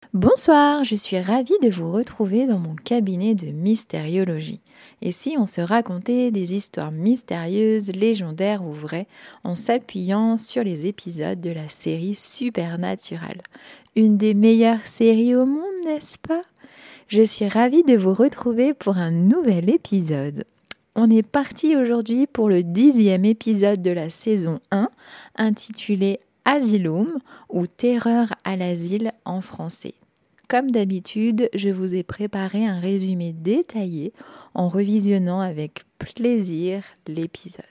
Bonsoir, je suis ravie de vous retrouver dans mon cabinet de mystériologie. Et si on se racontait des histoires mystérieuses, légendaires ou vraies, en s'appuyant sur les épisodes de la série Supernatural. Une des meilleures séries au monde, n'est-ce pas ? Je suis ravie de vous retrouver pour un nouvel épisode. On est parti aujourd'hui pour le 10e épisode de la saison 1, intitulé Asylum ou Terreur à l'asile en français. Comme d'habitude, je vous ai préparé un résumé détaillé en revisionnant avec plaisir l'épisode.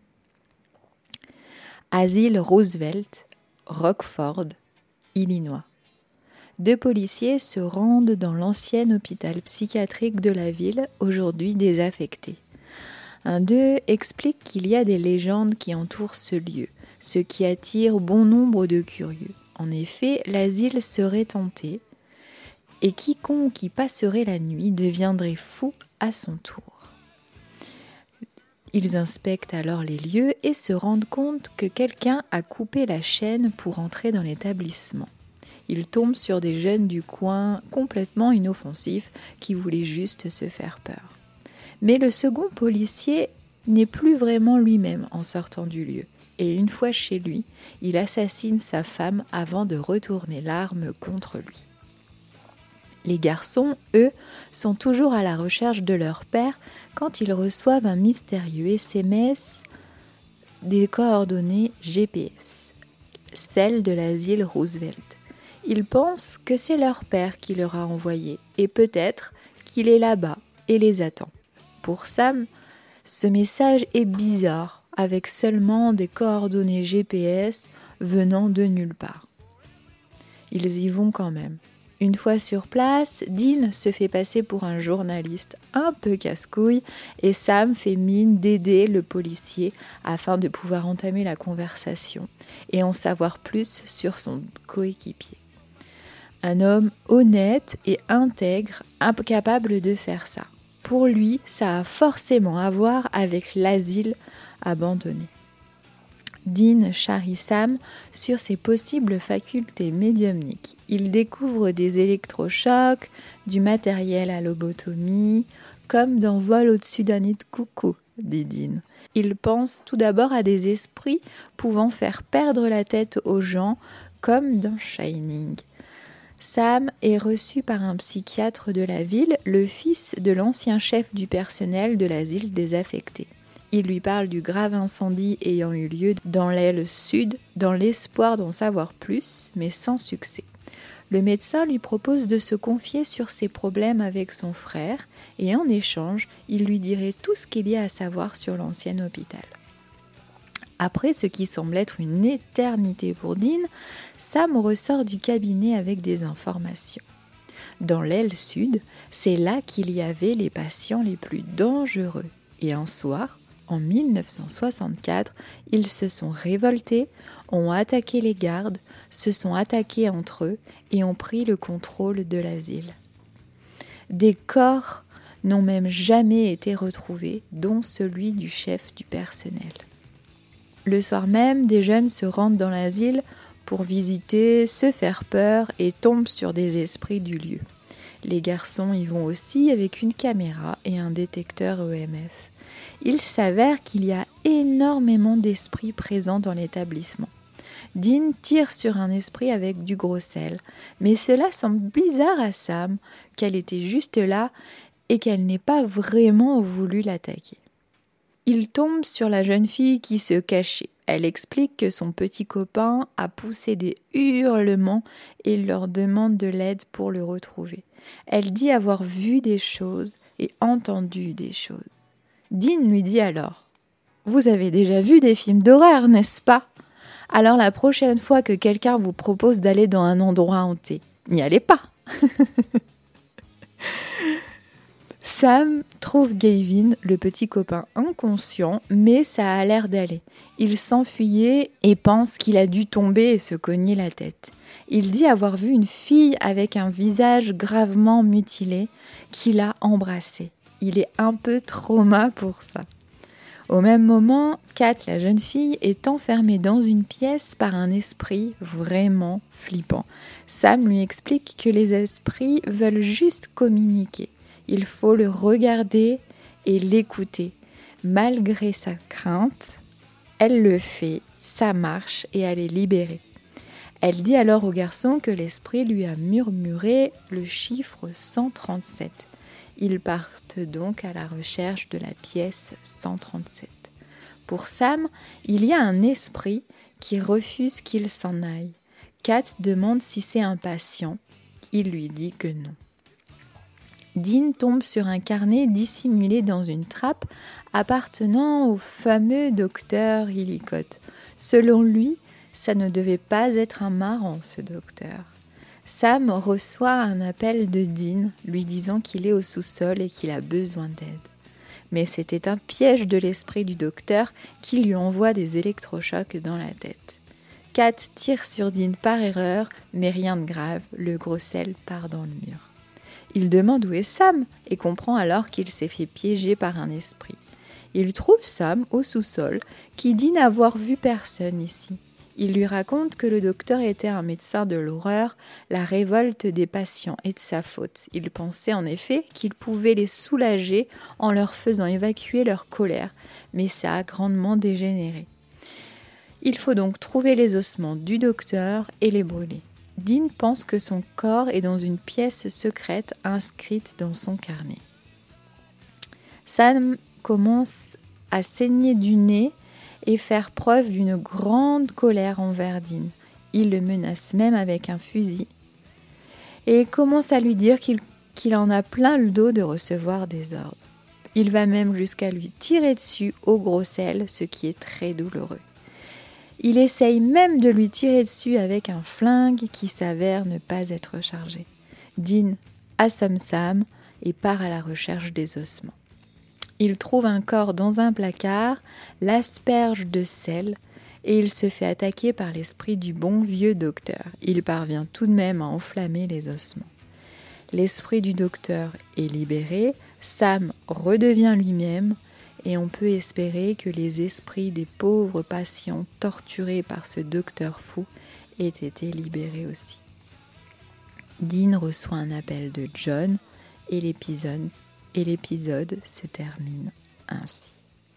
Asile Roosevelt, Rockford, Illinois. 2 policiers se rendent dans l'ancien hôpital psychiatrique de la ville, aujourd'hui désaffecté. Un d'eux explique qu'il y a des légendes qui entourent ce lieu, ce qui attire bon nombre de curieux. En effet, l'asile serait hanté et quiconque y passerait la nuit deviendrait fou à son tour. Ils inspectent alors les lieux et se rendent compte que quelqu'un a coupé la chaîne pour entrer dans l'établissement. Ils tombent sur des jeunes du coin complètement inoffensifs qui voulaient juste se faire peur. Mais le second policier n'est plus vraiment lui-même en sortant du lieu. Et une fois chez lui, il assassine sa femme avant de retourner l'arme contre lui. Les garçons, eux, sont toujours à la recherche de leur père quand ils reçoivent un mystérieux SMS des coordonnées GPS, celles de l'asile Roosevelt. Ils pensent que c'est leur père qui leur a envoyé et peut-être qu'il est là-bas et les attend. Pour Sam, ce message est bizarre, avec seulement des coordonnées GPS venant de nulle part. Ils y vont quand même. Une fois sur place, Dean se fait passer pour un journaliste un peu casse-couille et Sam fait mine d'aider le policier afin de pouvoir entamer la conversation et en savoir plus sur son coéquipier. Un homme honnête et intègre, incapable de faire ça. Pour lui, ça a forcément à voir avec l'asile abandonné. Dean charrie Sam sur ses possibles facultés médiumniques. Il découvre des électrochocs, du matériel à lobotomie, comme dans Vol au-dessus d'un nid de coucou, dit Dean. Il pense tout d'abord à des esprits pouvant faire perdre la tête aux gens, comme dans Shining. Sam est reçu par un psychiatre de la ville, le fils de l'ancien chef du personnel de l'asile désaffecté. Il lui parle du grave incendie ayant eu lieu dans l'aile sud, dans l'espoir d'en savoir plus, mais sans succès. Le médecin lui propose de se confier sur ses problèmes avec son frère, et en échange, il lui dirait tout ce qu'il y a à savoir sur l'ancien hôpital. Après ce qui semble être une éternité pour Dean, Sam ressort du cabinet avec des informations. Dans l'aile sud, c'est là qu'il y avait les patients les plus dangereux. Et un soir, en 1964, ils se sont révoltés, ont attaqué les gardes, se sont attaqués entre eux et ont pris le contrôle de l'asile. Des corps n'ont même jamais été retrouvés, dont celui du chef du personnel. Le soir même, des jeunes se rendent dans l'asile pour visiter, se faire peur et tombent sur des esprits du lieu. Les garçons y vont aussi avec une caméra et un détecteur EMF. Il s'avère qu'il y a énormément d'esprits présents dans l'établissement. Dean tire sur un esprit avec du gros sel, mais cela semble bizarre à Sam, qu'elle était juste là et qu'elle n'ait pas vraiment voulu l'attaquer. Il tombe sur la jeune fille qui se cachait. Elle explique que son petit copain a poussé des hurlements et leur demande de l'aide pour le retrouver. Elle dit avoir vu des choses et entendu des choses. Dean lui dit alors « Vous avez déjà vu des films d'horreur, n'est-ce pas ? Alors la prochaine fois que quelqu'un vous propose d'aller dans un endroit hanté, n'y allez pas !» Sam trouve Gavin, le petit copain, inconscient, mais ça a l'air d'aller. Il s'enfuyait et pense qu'il a dû tomber et se cogner la tête. Il dit avoir vu une fille avec un visage gravement mutilé qu'il a embrassée. Il est un peu trauma pour ça. Au même moment, Kat, la jeune fille, est enfermée dans une pièce par un esprit vraiment flippant. Sam lui explique que les esprits veulent juste communiquer. Il faut le regarder et l'écouter. Malgré sa crainte, elle le fait, ça marche et elle est libérée. Elle dit alors au garçon que l'esprit lui a murmuré le chiffre 137. Ils partent donc à la recherche de la pièce 137. Pour Sam, il y a un esprit qui refuse qu'il s'en aille. Kat demande si c'est un patient. Il lui dit que non. Dean tombe sur un carnet dissimulé dans une trappe appartenant au fameux docteur Hillicoat. Selon lui, ça ne devait pas être un marrant, ce docteur. Sam reçoit un appel de Dean lui disant qu'il est au sous-sol et qu'il a besoin d'aide. Mais c'était un piège de l'esprit du docteur qui lui envoie des électrochocs dans la tête. Kat tire sur Dean par erreur, mais rien de grave, le gros sel part dans le mur. Il demande où est Sam et comprend alors qu'il s'est fait piéger par un esprit. Il trouve Sam au sous-sol qui dit n'avoir vu personne ici. Il lui raconte que le docteur était un médecin de l'horreur, la révolte des patients est de sa faute. Il pensait en effet qu'il pouvait les soulager en leur faisant évacuer leur colère, mais ça a grandement dégénéré. Il faut donc trouver les ossements du docteur et les brûler. Dean pense que son corps est dans une pièce secrète inscrite dans son carnet. Sam commence à saigner du nez et faire preuve d'une grande colère envers Dean. Il le menace même avec un fusil et commence à lui dire qu'il en a plein le dos de recevoir des ordres. Il va même jusqu'à lui tirer dessus au gros sel, ce qui est très douloureux. Il essaye même de lui tirer dessus avec un flingue qui s'avère ne pas être chargé. Dean assomme Sam et part à la recherche des ossements. Il trouve un corps dans un placard, l'asperge de sel et il se fait attaquer par l'esprit du bon vieux docteur. Il parvient tout de même à enflammer les ossements. L'esprit du docteur est libéré, Sam redevient lui-même et on peut espérer que les esprits des pauvres patients torturés par ce docteur fou aient été libérés aussi. Dean reçoit un appel de John et l'épisode se termine ainsi.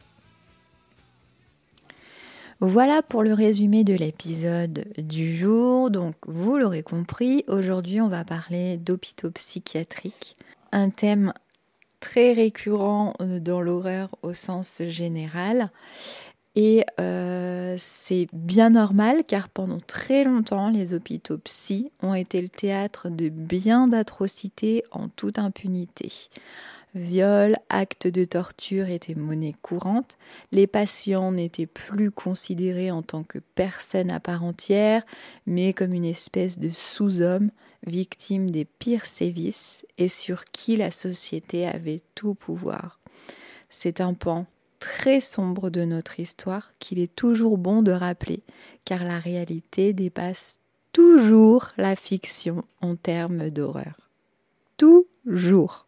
Voilà pour le résumé de l'épisode du jour. Donc vous l'aurez compris, aujourd'hui on va parler d'hôpitaux psychiatriques, un thème très récurrent dans l'horreur au sens général. Et c'est bien normal car pendant très longtemps, les hôpitaux psy ont été le théâtre de bien d'atrocités en toute impunité. Viols, actes de torture étaient monnaie courante. Les patients n'étaient plus considérés en tant que personnes à part entière, mais comme une espèce de sous-homme, victime des pires sévices et sur qui la société avait tout pouvoir. C'est un pan très sombre de notre histoire qu'il est toujours bon de rappeler, car la réalité dépasse toujours la fiction en termes d'horreur. Toujours.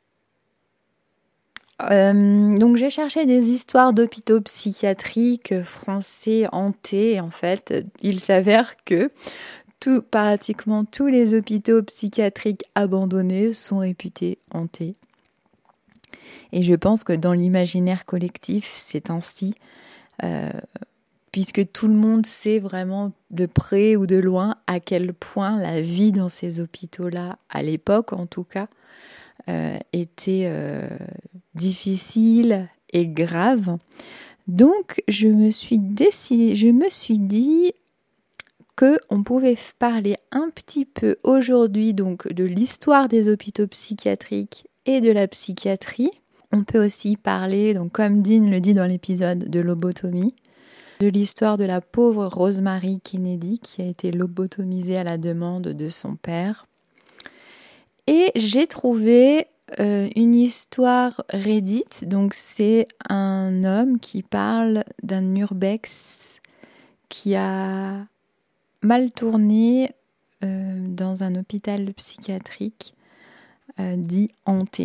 Donc j'ai cherché des histoires d'hôpitaux psychiatriques français hantés. En fait, il s'avère que pratiquement tous les hôpitaux psychiatriques abandonnés sont réputés hantés. Et je pense que dans l'imaginaire collectif, c'est ainsi, puisque tout le monde sait vraiment de près ou de loin à quel point la vie dans ces hôpitaux-là, à l'époque en tout cas, était difficile et grave. Donc je me suis dit qu'on pouvait parler un petit peu aujourd'hui donc de l'histoire des hôpitaux psychiatriques et de la psychiatrie. On peut aussi parler, donc comme Dean le dit dans l'épisode, de lobotomie, de l'histoire de la pauvre Rosemary Kennedy qui a été lobotomisée à la demande de son père. Et j'ai trouvé une histoire Reddit, donc c'est un homme qui parle d'un urbex qui a mal tourné dans un hôpital psychiatrique dit hanté.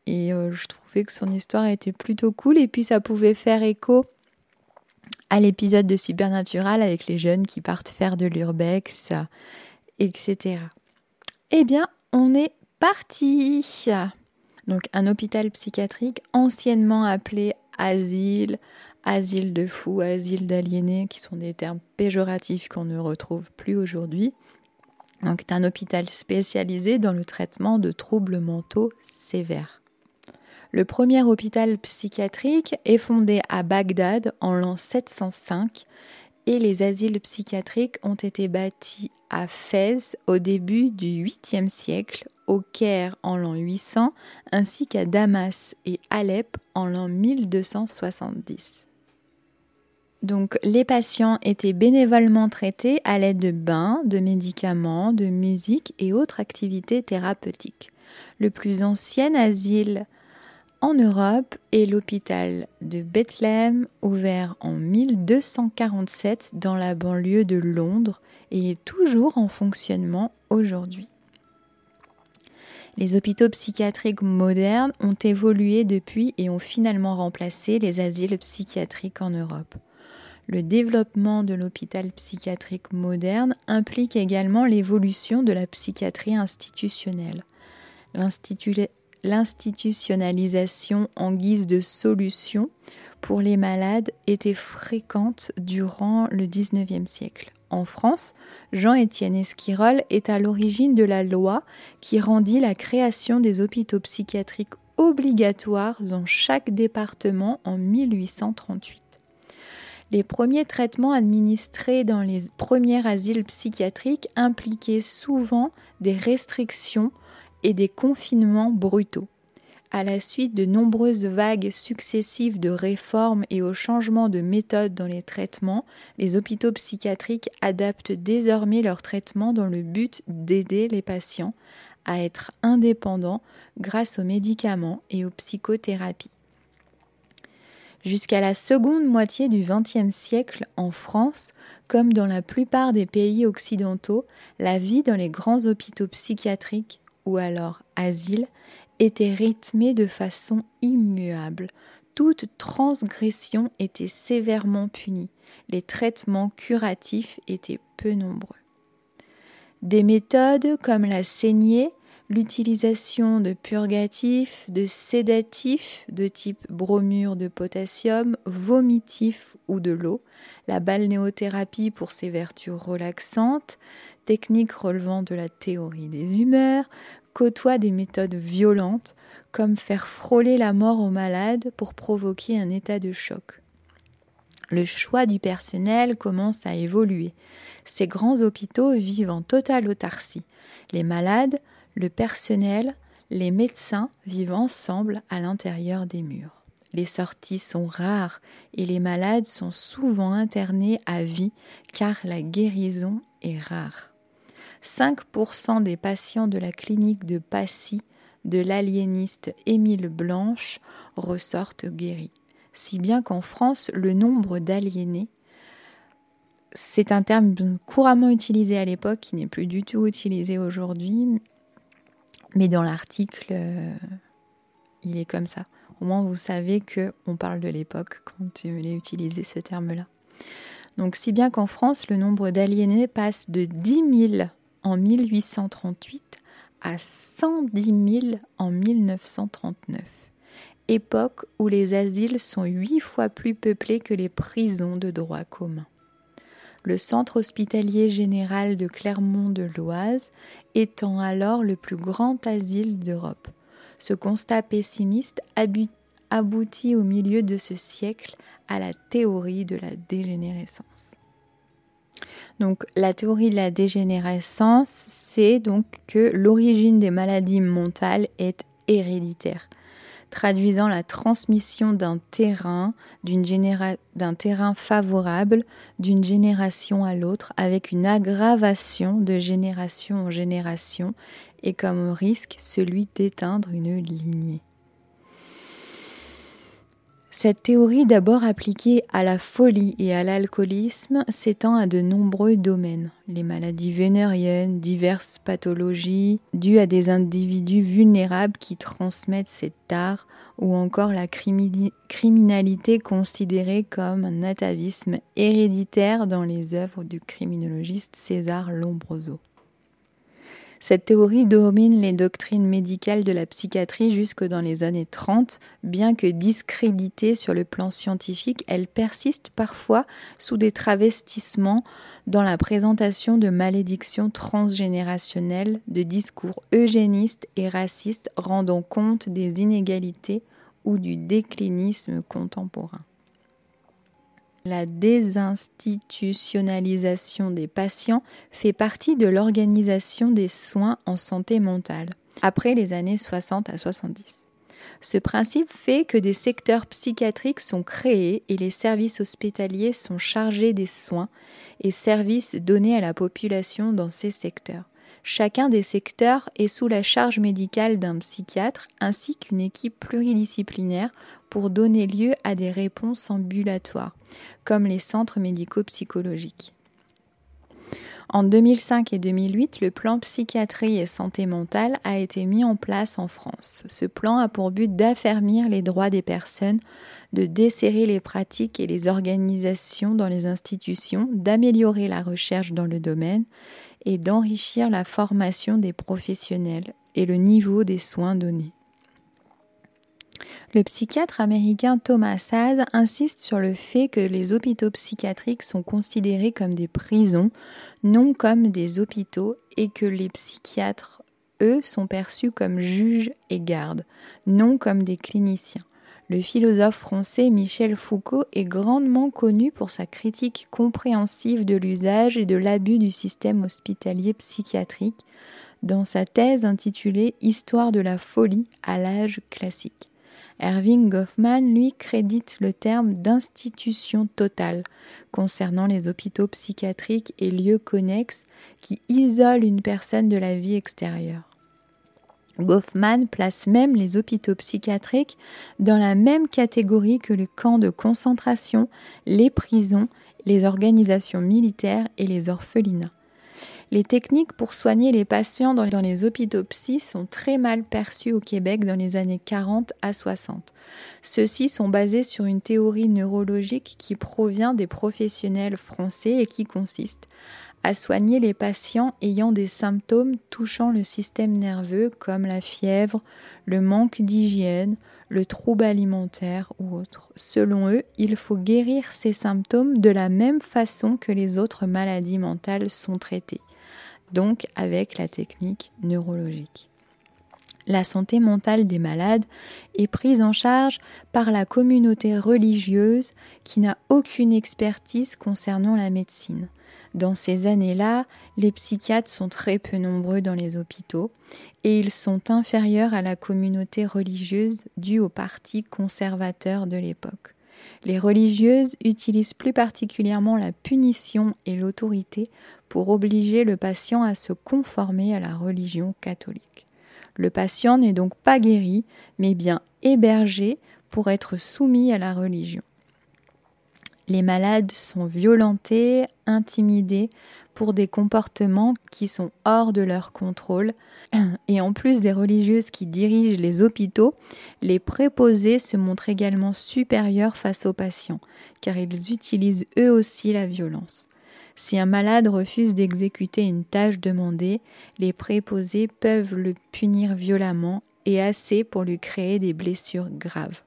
et je trouvais que son histoire était plutôt cool. Et puis ça pouvait faire écho à l'épisode de Supernatural avec les jeunes qui partent faire de l'urbex, etc. Eh bien, on est parti. Donc un hôpital psychiatrique anciennement appelé asile, asile de fous, asile d'aliénés, qui sont des termes péjoratifs qu'on ne retrouve plus aujourd'hui. Donc c'est un hôpital spécialisé dans le traitement de troubles mentaux sévères. Le premier hôpital psychiatrique est fondé à Bagdad en l'an 705 et les asiles psychiatriques ont été bâtis à Fès au début du 8e siècle, au Caire en l'an 800, ainsi qu'à Damas et Alep en l'an 1270. Donc, les patients étaient bénévolement traités à l'aide de bains, de médicaments, de musique et autres activités thérapeutiques. Le plus ancien asile en Europe est l'hôpital de Bethléem, ouvert en 1247 dans la banlieue de Londres et est toujours en fonctionnement aujourd'hui. Les hôpitaux psychiatriques modernes ont évolué depuis et ont finalement remplacé les asiles psychiatriques en Europe. Le développement de l'hôpital psychiatrique moderne implique également l'évolution de la psychiatrie institutionnelle. L'institutionnalisation en guise de solution pour les malades était fréquente durant le XIXe siècle. En France, Jean-Étienne Esquirol est à l'origine de la loi qui rendit la création des hôpitaux psychiatriques obligatoires dans chaque département en 1838. Les premiers traitements administrés dans les premiers asiles psychiatriques impliquaient souvent des restrictions et des confinements brutaux. À la suite de nombreuses vagues successives de réformes et au changement de méthode dans les traitements, les hôpitaux psychiatriques adaptent désormais leurs traitements dans le but d'aider les patients à être indépendants grâce aux médicaments et aux psychothérapies. Jusqu'à la seconde moitié du XXe siècle, en France, comme dans la plupart des pays occidentaux, la vie dans les grands hôpitaux psychiatriques, ou alors asiles, était rythmée de façon immuable. Toute transgression était sévèrement punie. Les traitements curatifs étaient peu nombreux. Des méthodes comme la saignée, l'utilisation de purgatifs, de sédatifs de type bromure de potassium, vomitifs ou de l'eau, la balnéothérapie pour ses vertus relaxantes, techniques relevant de la théorie des humeurs, côtoient des méthodes violentes comme faire frôler la mort aux malades pour provoquer un état de choc. Le choix du personnel commence à évoluer. Ces grands hôpitaux vivent en totale autarcie. Les malades, le personnel, les médecins vivent ensemble à l'intérieur des murs. Les sorties sont rares et les malades sont souvent internés à vie car la guérison est rare. 5% des patients de la clinique de Passy de l'aliéniste Émile Blanche ressortent guéris. Si bien qu'en France, le nombre d'aliénés, c'est un terme couramment utilisé à l'époque, qui n'est plus du tout utilisé aujourd'hui, mais dans l'article, il est comme ça. Au moins, vous savez qu'on parle de l'époque quand il est utilisé ce terme-là. Donc, si bien qu'en France, le nombre d'aliénés passe de 10 000 en 1838 à 110 000 en 1939. Époque où les asiles sont 8 fois plus peuplés que les prisons de droit commun. Le centre hospitalier général de Clermont-de-Loise étant alors le plus grand asile d'Europe. Ce constat pessimiste aboutit au milieu de ce siècle à la théorie de la dégénérescence. Donc, la théorie de la dégénérescence, c'est donc que l'origine des maladies mentales est héréditaire, traduisant la transmission d'un terrain favorable d'une génération à l'autre, avec une aggravation de génération en génération et comme risque celui d'éteindre une lignée. Cette théorie, d'abord appliquée à la folie et à l'alcoolisme, s'étend à de nombreux domaines. Les maladies vénériennes, diverses pathologies dues à des individus vulnérables qui transmettent cet art, ou encore la criminalité considérée comme un atavisme héréditaire dans les œuvres du criminologiste César Lombroso. Cette théorie domine les doctrines médicales de la psychiatrie jusque dans les années 30. Bien que discréditée sur le plan scientifique, elle persiste parfois sous des travestissements dans la présentation de malédictions transgénérationnelles, de discours eugénistes et racistes rendant compte des inégalités ou du déclinisme contemporain. La désinstitutionnalisation des patients fait partie de l'organisation des soins en santé mentale, après les années 60 à 70. Ce principe fait que des secteurs psychiatriques sont créés et les services hospitaliers sont chargés des soins et services donnés à la population dans ces secteurs. Chacun des secteurs est sous la charge médicale d'un psychiatre ainsi qu'une équipe pluridisciplinaire pour donner lieu à des réponses ambulatoires, comme les centres médico-psychologiques. En 2005 et 2008, le plan psychiatrie et santé mentale a été mis en place en France. Ce plan a pour but d'affermir les droits des personnes, de desserrer les pratiques et les organisations dans les institutions, d'améliorer la recherche dans le domaine et d'enrichir la formation des professionnels et le niveau des soins donnés. Le psychiatre américain Thomas Szasz insiste sur le fait que les hôpitaux psychiatriques sont considérés comme des prisons, non comme des hôpitaux, et que les psychiatres, eux, sont perçus comme juges et gardes, non comme des cliniciens. Le philosophe français Michel Foucault est grandement connu pour sa critique compréhensive de l'usage et de l'abus du système hospitalier psychiatrique dans sa thèse intitulée « Histoire de la folie à l'âge classique ». Erving Goffman, lui, crédite le terme d'institution totale concernant les hôpitaux psychiatriques et lieux connexes qui isolent une personne de la vie extérieure. Goffman place même les hôpitaux psychiatriques dans la même catégorie que les camps de concentration, les prisons, les organisations militaires et les orphelinats. Les techniques pour soigner les patients dans les hôpitaux psy sont très mal perçues au Québec dans les années 40 à 60. Ceux-ci sont basés sur une théorie neurologique qui provient des professionnels français et qui consiste à soigner les patients ayant des symptômes touchant le système nerveux comme la fièvre, le manque d'hygiène, le trouble alimentaire ou autre. Selon eux, il faut guérir ces symptômes de la même façon que les autres maladies mentales sont traitées, donc avec la technique neurologique. La santé mentale des malades est prise en charge par la communauté religieuse qui n'a aucune expertise concernant la médecine. Dans ces années-là, les psychiatres sont très peu nombreux dans les hôpitaux et ils sont inférieurs à la communauté religieuse due au parti conservateur de l'époque. Les religieuses utilisent plus particulièrement la punition et l'autorité pour obliger le patient à se conformer à la religion catholique. Le patient n'est donc pas guéri, mais bien hébergé pour être soumis à la religion. Les malades sont violentés, intimidés pour des comportements qui sont hors de leur contrôle. Et en plus des religieuses qui dirigent les hôpitaux, les préposés se montrent également supérieurs face aux patients, car ils utilisent eux aussi la violence. Si un malade refuse d'exécuter une tâche demandée, les préposés peuvent le punir violemment et assez pour lui créer des blessures graves.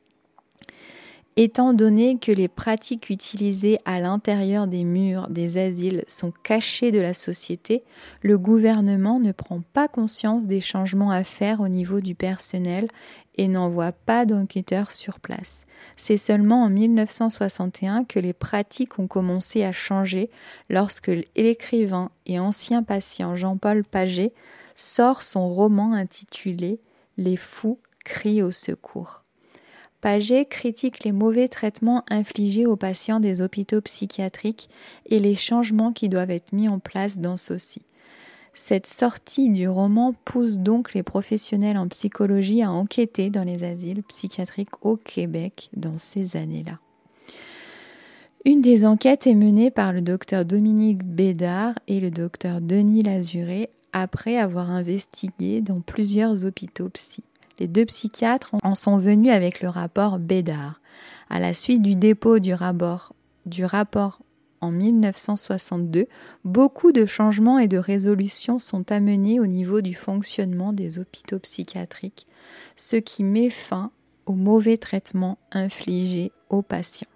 Étant donné que les pratiques utilisées à l'intérieur des murs des asiles sont cachées de la société, le gouvernement ne prend pas conscience des changements à faire au niveau du personnel et n'envoie pas d'enquêteurs sur place. C'est seulement en 1961 que les pratiques ont commencé à changer lorsque l'écrivain et ancien patient Jean-Paul Paget sort son roman intitulé « Les fous crient au secours ». Paget critique les mauvais traitements infligés aux patients des hôpitaux psychiatriques et les changements qui doivent être mis en place dans ceux-ci. Cette sortie du roman pousse donc les professionnels en psychologie à enquêter dans les asiles psychiatriques au Québec dans ces années-là. Une des enquêtes est menée par le docteur Dominique Bédard et le docteur Denis Lazuré après avoir investigué dans plusieurs hôpitaux psy. Les 2 psychiatres en sont venus avec le rapport Bédard. À la suite du dépôt du rapport en 1962, beaucoup de changements et de résolutions sont amenés au niveau du fonctionnement des hôpitaux psychiatriques, ce qui met fin aux mauvais traitements infligés aux patients.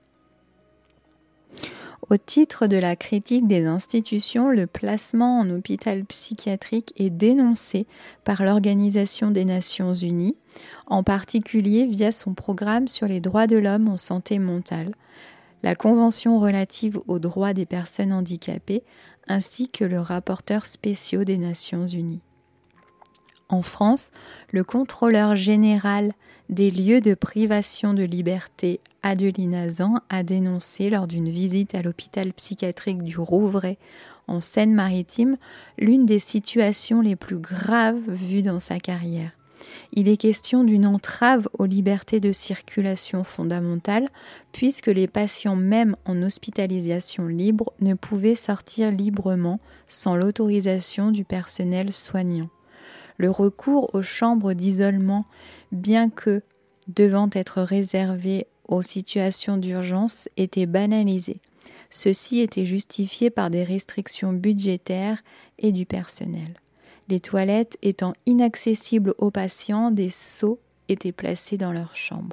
Au titre de la critique des institutions, le placement en hôpital psychiatrique est dénoncé par l'Organisation des Nations Unies, en particulier via son programme sur les droits de l'homme en santé mentale, la Convention relative aux droits des personnes handicapées, ainsi que le rapporteur spécial des Nations Unies. En France, le contrôleur général des lieux de privation de liberté, Adeline Hazan, a dénoncé lors d'une visite à l'hôpital psychiatrique du Rouvray en Seine-Maritime l'une des situations les plus graves vues dans sa carrière. Il est question d'une entrave aux libertés de circulation fondamentales puisque les patients même en hospitalisation libre ne pouvaient sortir librement sans l'autorisation du personnel soignant. Le recours aux chambres d'isolement, bien que devant être réservé aux situations d'urgence, était banalisé. Ceci était justifié par des restrictions budgétaires et du personnel. Les toilettes étant inaccessibles aux patients, des seaux étaient placés dans leurs chambres.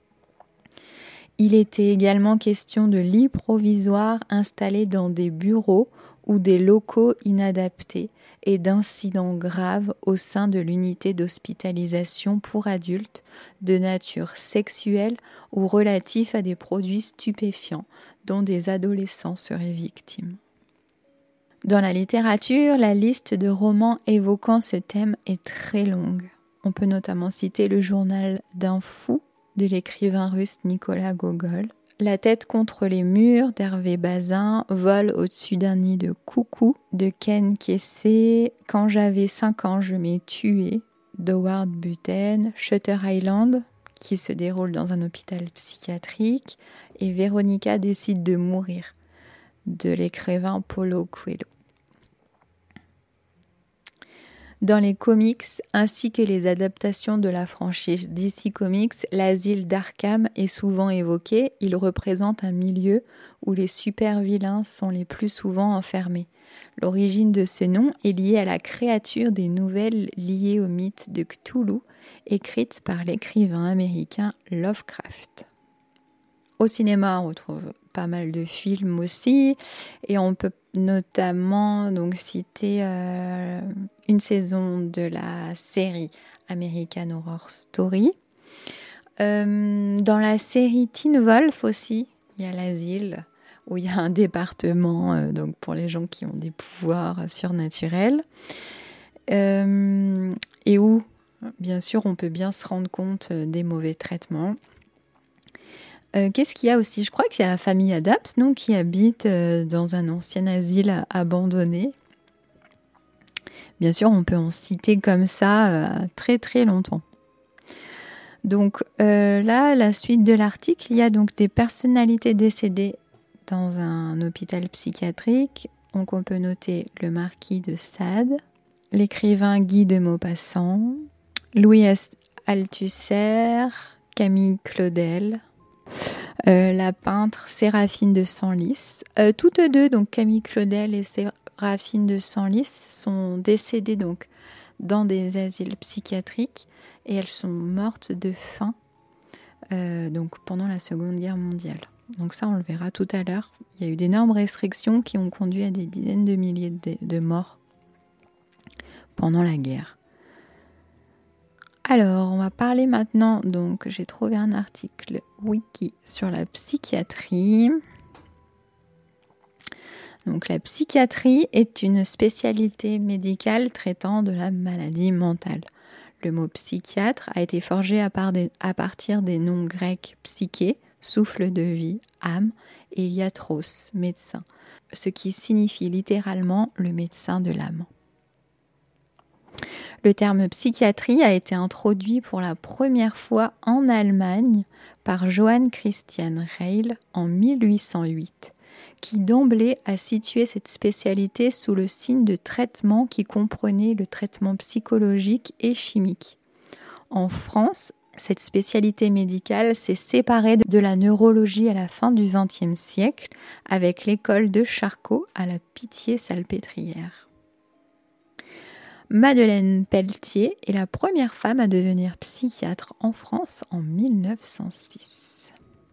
Il était également question de lits provisoires installés dans des bureaux ou des locaux inadaptés et d'incidents graves au sein de l'unité d'hospitalisation pour adultes de nature sexuelle ou relatifs à des produits stupéfiants dont des adolescents seraient victimes. Dans la littérature, la liste de romans évoquant ce thème est très longue. On peut notamment citer Le journal d'un fou de l'écrivain russe Nicolas Gogol, La tête contre les murs d'Hervé Bazin, Vol au-dessus d'un nid de coucou de Ken Kesey, Quand j'avais 5 ans je m'ai tué d'Howard Buten, Shutter Island qui se déroule dans un hôpital psychiatrique et Véronica décide de mourir de l'écrivain Paulo Coelho. Dans les comics ainsi que les adaptations de la franchise DC Comics, l'asile d'Arkham est souvent évoqué. Il représente un milieu où les super-vilains sont les plus souvent enfermés. L'origine de ce nom est liée à la créature des nouvelles liées au mythe de Cthulhu, écrites par l'écrivain américain Lovecraft. Au cinéma, on retrouve pas mal de films aussi, et on peut notamment donc citer une saison de la série American Horror Story. Dans la série Teen Wolf aussi, il y a l'asile où il y a un département donc pour les gens qui ont des pouvoirs surnaturels et où, bien sûr, on peut bien se rendre compte des mauvais traitements. Qu'est-ce qu'il y a aussi ? Je crois qu'il y a la famille Adams, non, qui habite dans un ancien asile abandonné. Bien sûr, on peut en citer comme ça très très longtemps. Donc là, la suite de l'article, il y a donc des personnalités décédées dans un hôpital psychiatrique. Donc on peut noter le marquis de Sade, l'écrivain Guy de Maupassant, Louis Althusser, Camille Claudel, la peintre Séraphine de Senlis. Toutes deux, donc Camille Claudel et Séraphine de Senlis, sont décédées donc dans des asiles psychiatriques et elles sont mortes de faim donc pendant la Seconde Guerre mondiale. Donc ça, on le verra tout à l'heure. Il y a eu d'énormes restrictions qui ont conduit à des dizaines de milliers de morts pendant la guerre. Alors, on va parler maintenant, donc j'ai trouvé un article wiki sur la psychiatrie. Donc la psychiatrie est une spécialité médicale traitant de la maladie mentale. Le mot psychiatre a été forgé à partir des noms grecs psyché, souffle de vie, âme, et iatros, médecin, ce qui signifie littéralement le médecin de l'âme. Le terme psychiatrie a été introduit pour la première fois en Allemagne par Johann Christian Reil en 1808, qui d'emblée a situé cette spécialité sous le signe de traitement qui comprenait le traitement psychologique et chimique. En France, cette spécialité médicale s'est séparée de la neurologie à la fin du XXe siècle avec l'école de Charcot à la Pitié-Salpêtrière. Madeleine Pelletier est la première femme à devenir psychiatre en France en 1906.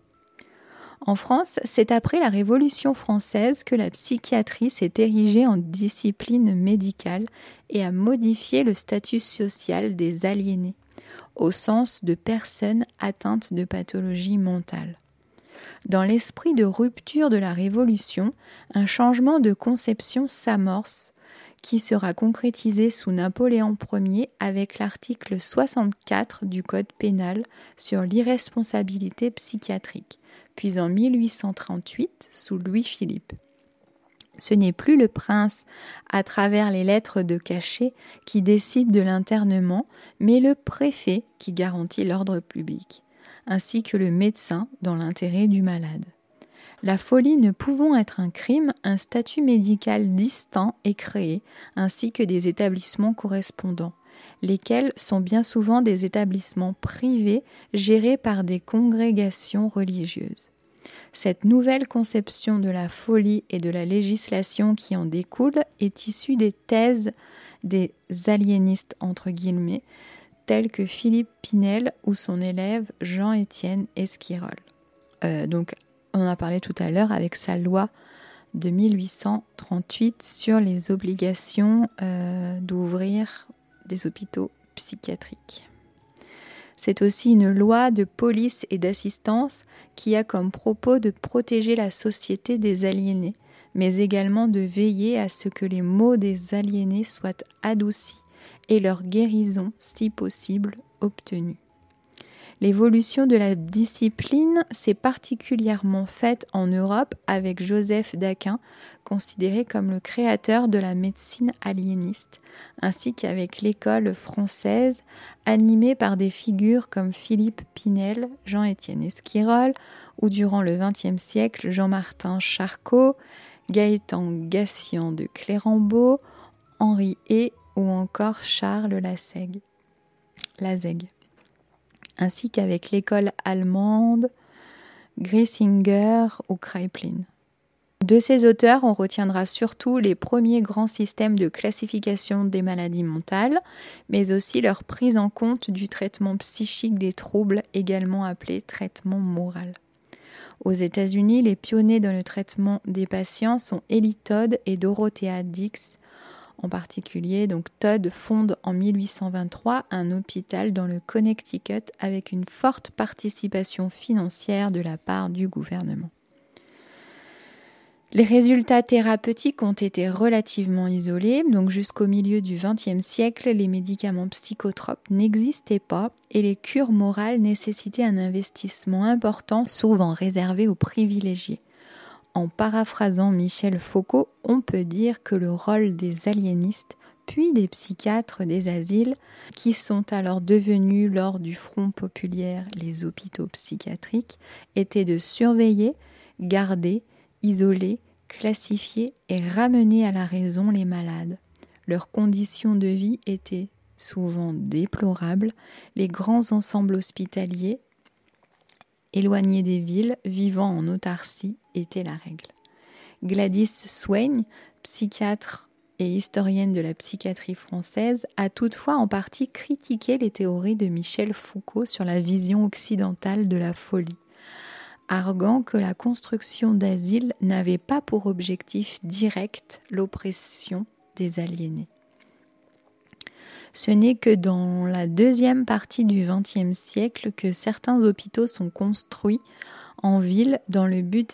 En France, c'est après la Révolution française que la psychiatrie s'est érigée en discipline médicale et a modifié le statut social des aliénés, au sens de personnes atteintes de pathologie mentale. Dans l'esprit de rupture de la Révolution, un changement de conception s'amorce qui sera concrétisé sous Napoléon Ier avec l'article 64 du Code pénal sur l'irresponsabilité psychiatrique, puis en 1838 sous Louis-Philippe. Ce n'est plus le prince, à travers les lettres de cachet, qui décide de l'internement, mais le préfet qui garantit l'ordre public, ainsi que le médecin dans l'intérêt du malade. La folie ne pouvant être un crime, un statut médical distinct est créé, ainsi que des établissements correspondants, lesquels sont bien souvent des établissements privés gérés par des congrégations religieuses. Cette nouvelle conception de la folie et de la législation qui en découle est issue des thèses des aliénistes entre guillemets, tels que Philippe Pinel ou son élève Jean-Étienne Esquirol. Donc, on en a parlé tout à l'heure avec sa loi de 1838 sur les obligations d'ouvrir des hôpitaux psychiatriques. C'est aussi une loi de police et d'assistance qui a comme propos de protéger la société des aliénés, mais également de veiller à ce que les maux des aliénés soient adoucis et leur guérison, si possible, obtenue. L'évolution de la discipline s'est particulièrement faite en Europe avec Joseph d'Aquin, considéré comme le créateur de la médecine aliéniste, ainsi qu'avec l'école française, animée par des figures comme Philippe Pinel, Jean-Étienne Esquirol, ou durant le XXe siècle, Jean-Martin Charcot, Gaëtan Gassian de Clérambault, Henri Hey ou encore Charles Lazègue, ainsi qu'avec l'école allemande Griesinger ou Kraepelin. De ces auteurs, on retiendra surtout les premiers grands systèmes de classification des maladies mentales, mais aussi leur prise en compte du traitement psychique des troubles, également appelé traitement moral. Aux États-Unis, les pionniers dans le traitement des patients sont Ellie Todd et Dorothea Dix. En particulier, donc Todd fonde en 1823 un hôpital dans le Connecticut avec une forte participation financière de la part du gouvernement. Les résultats thérapeutiques ont été relativement isolés, donc jusqu'au milieu du XXe siècle, les médicaments psychotropes n'existaient pas et les cures morales nécessitaient un investissement important, souvent réservé aux privilégiés. En paraphrasant Michel Foucault, on peut dire que le rôle des aliénistes, puis des psychiatres des asiles, qui sont alors devenus lors du Front populaire les hôpitaux psychiatriques, était de surveiller, garder, isoler, classifier et ramener à la raison les malades. Leurs conditions de vie étaient souvent déplorables, les grands ensembles hospitaliers, éloignés des villes, vivant en autarcie, était la règle. Gladys Swain, psychiatre et historienne de la psychiatrie française, a toutefois en partie critiqué les théories de Michel Foucault sur la vision occidentale de la folie, arguant que la construction d'asiles n'avait pas pour objectif direct l'oppression des aliénés. Ce n'est que dans la deuxième partie du XXe siècle que certains hôpitaux sont construits en ville dans le but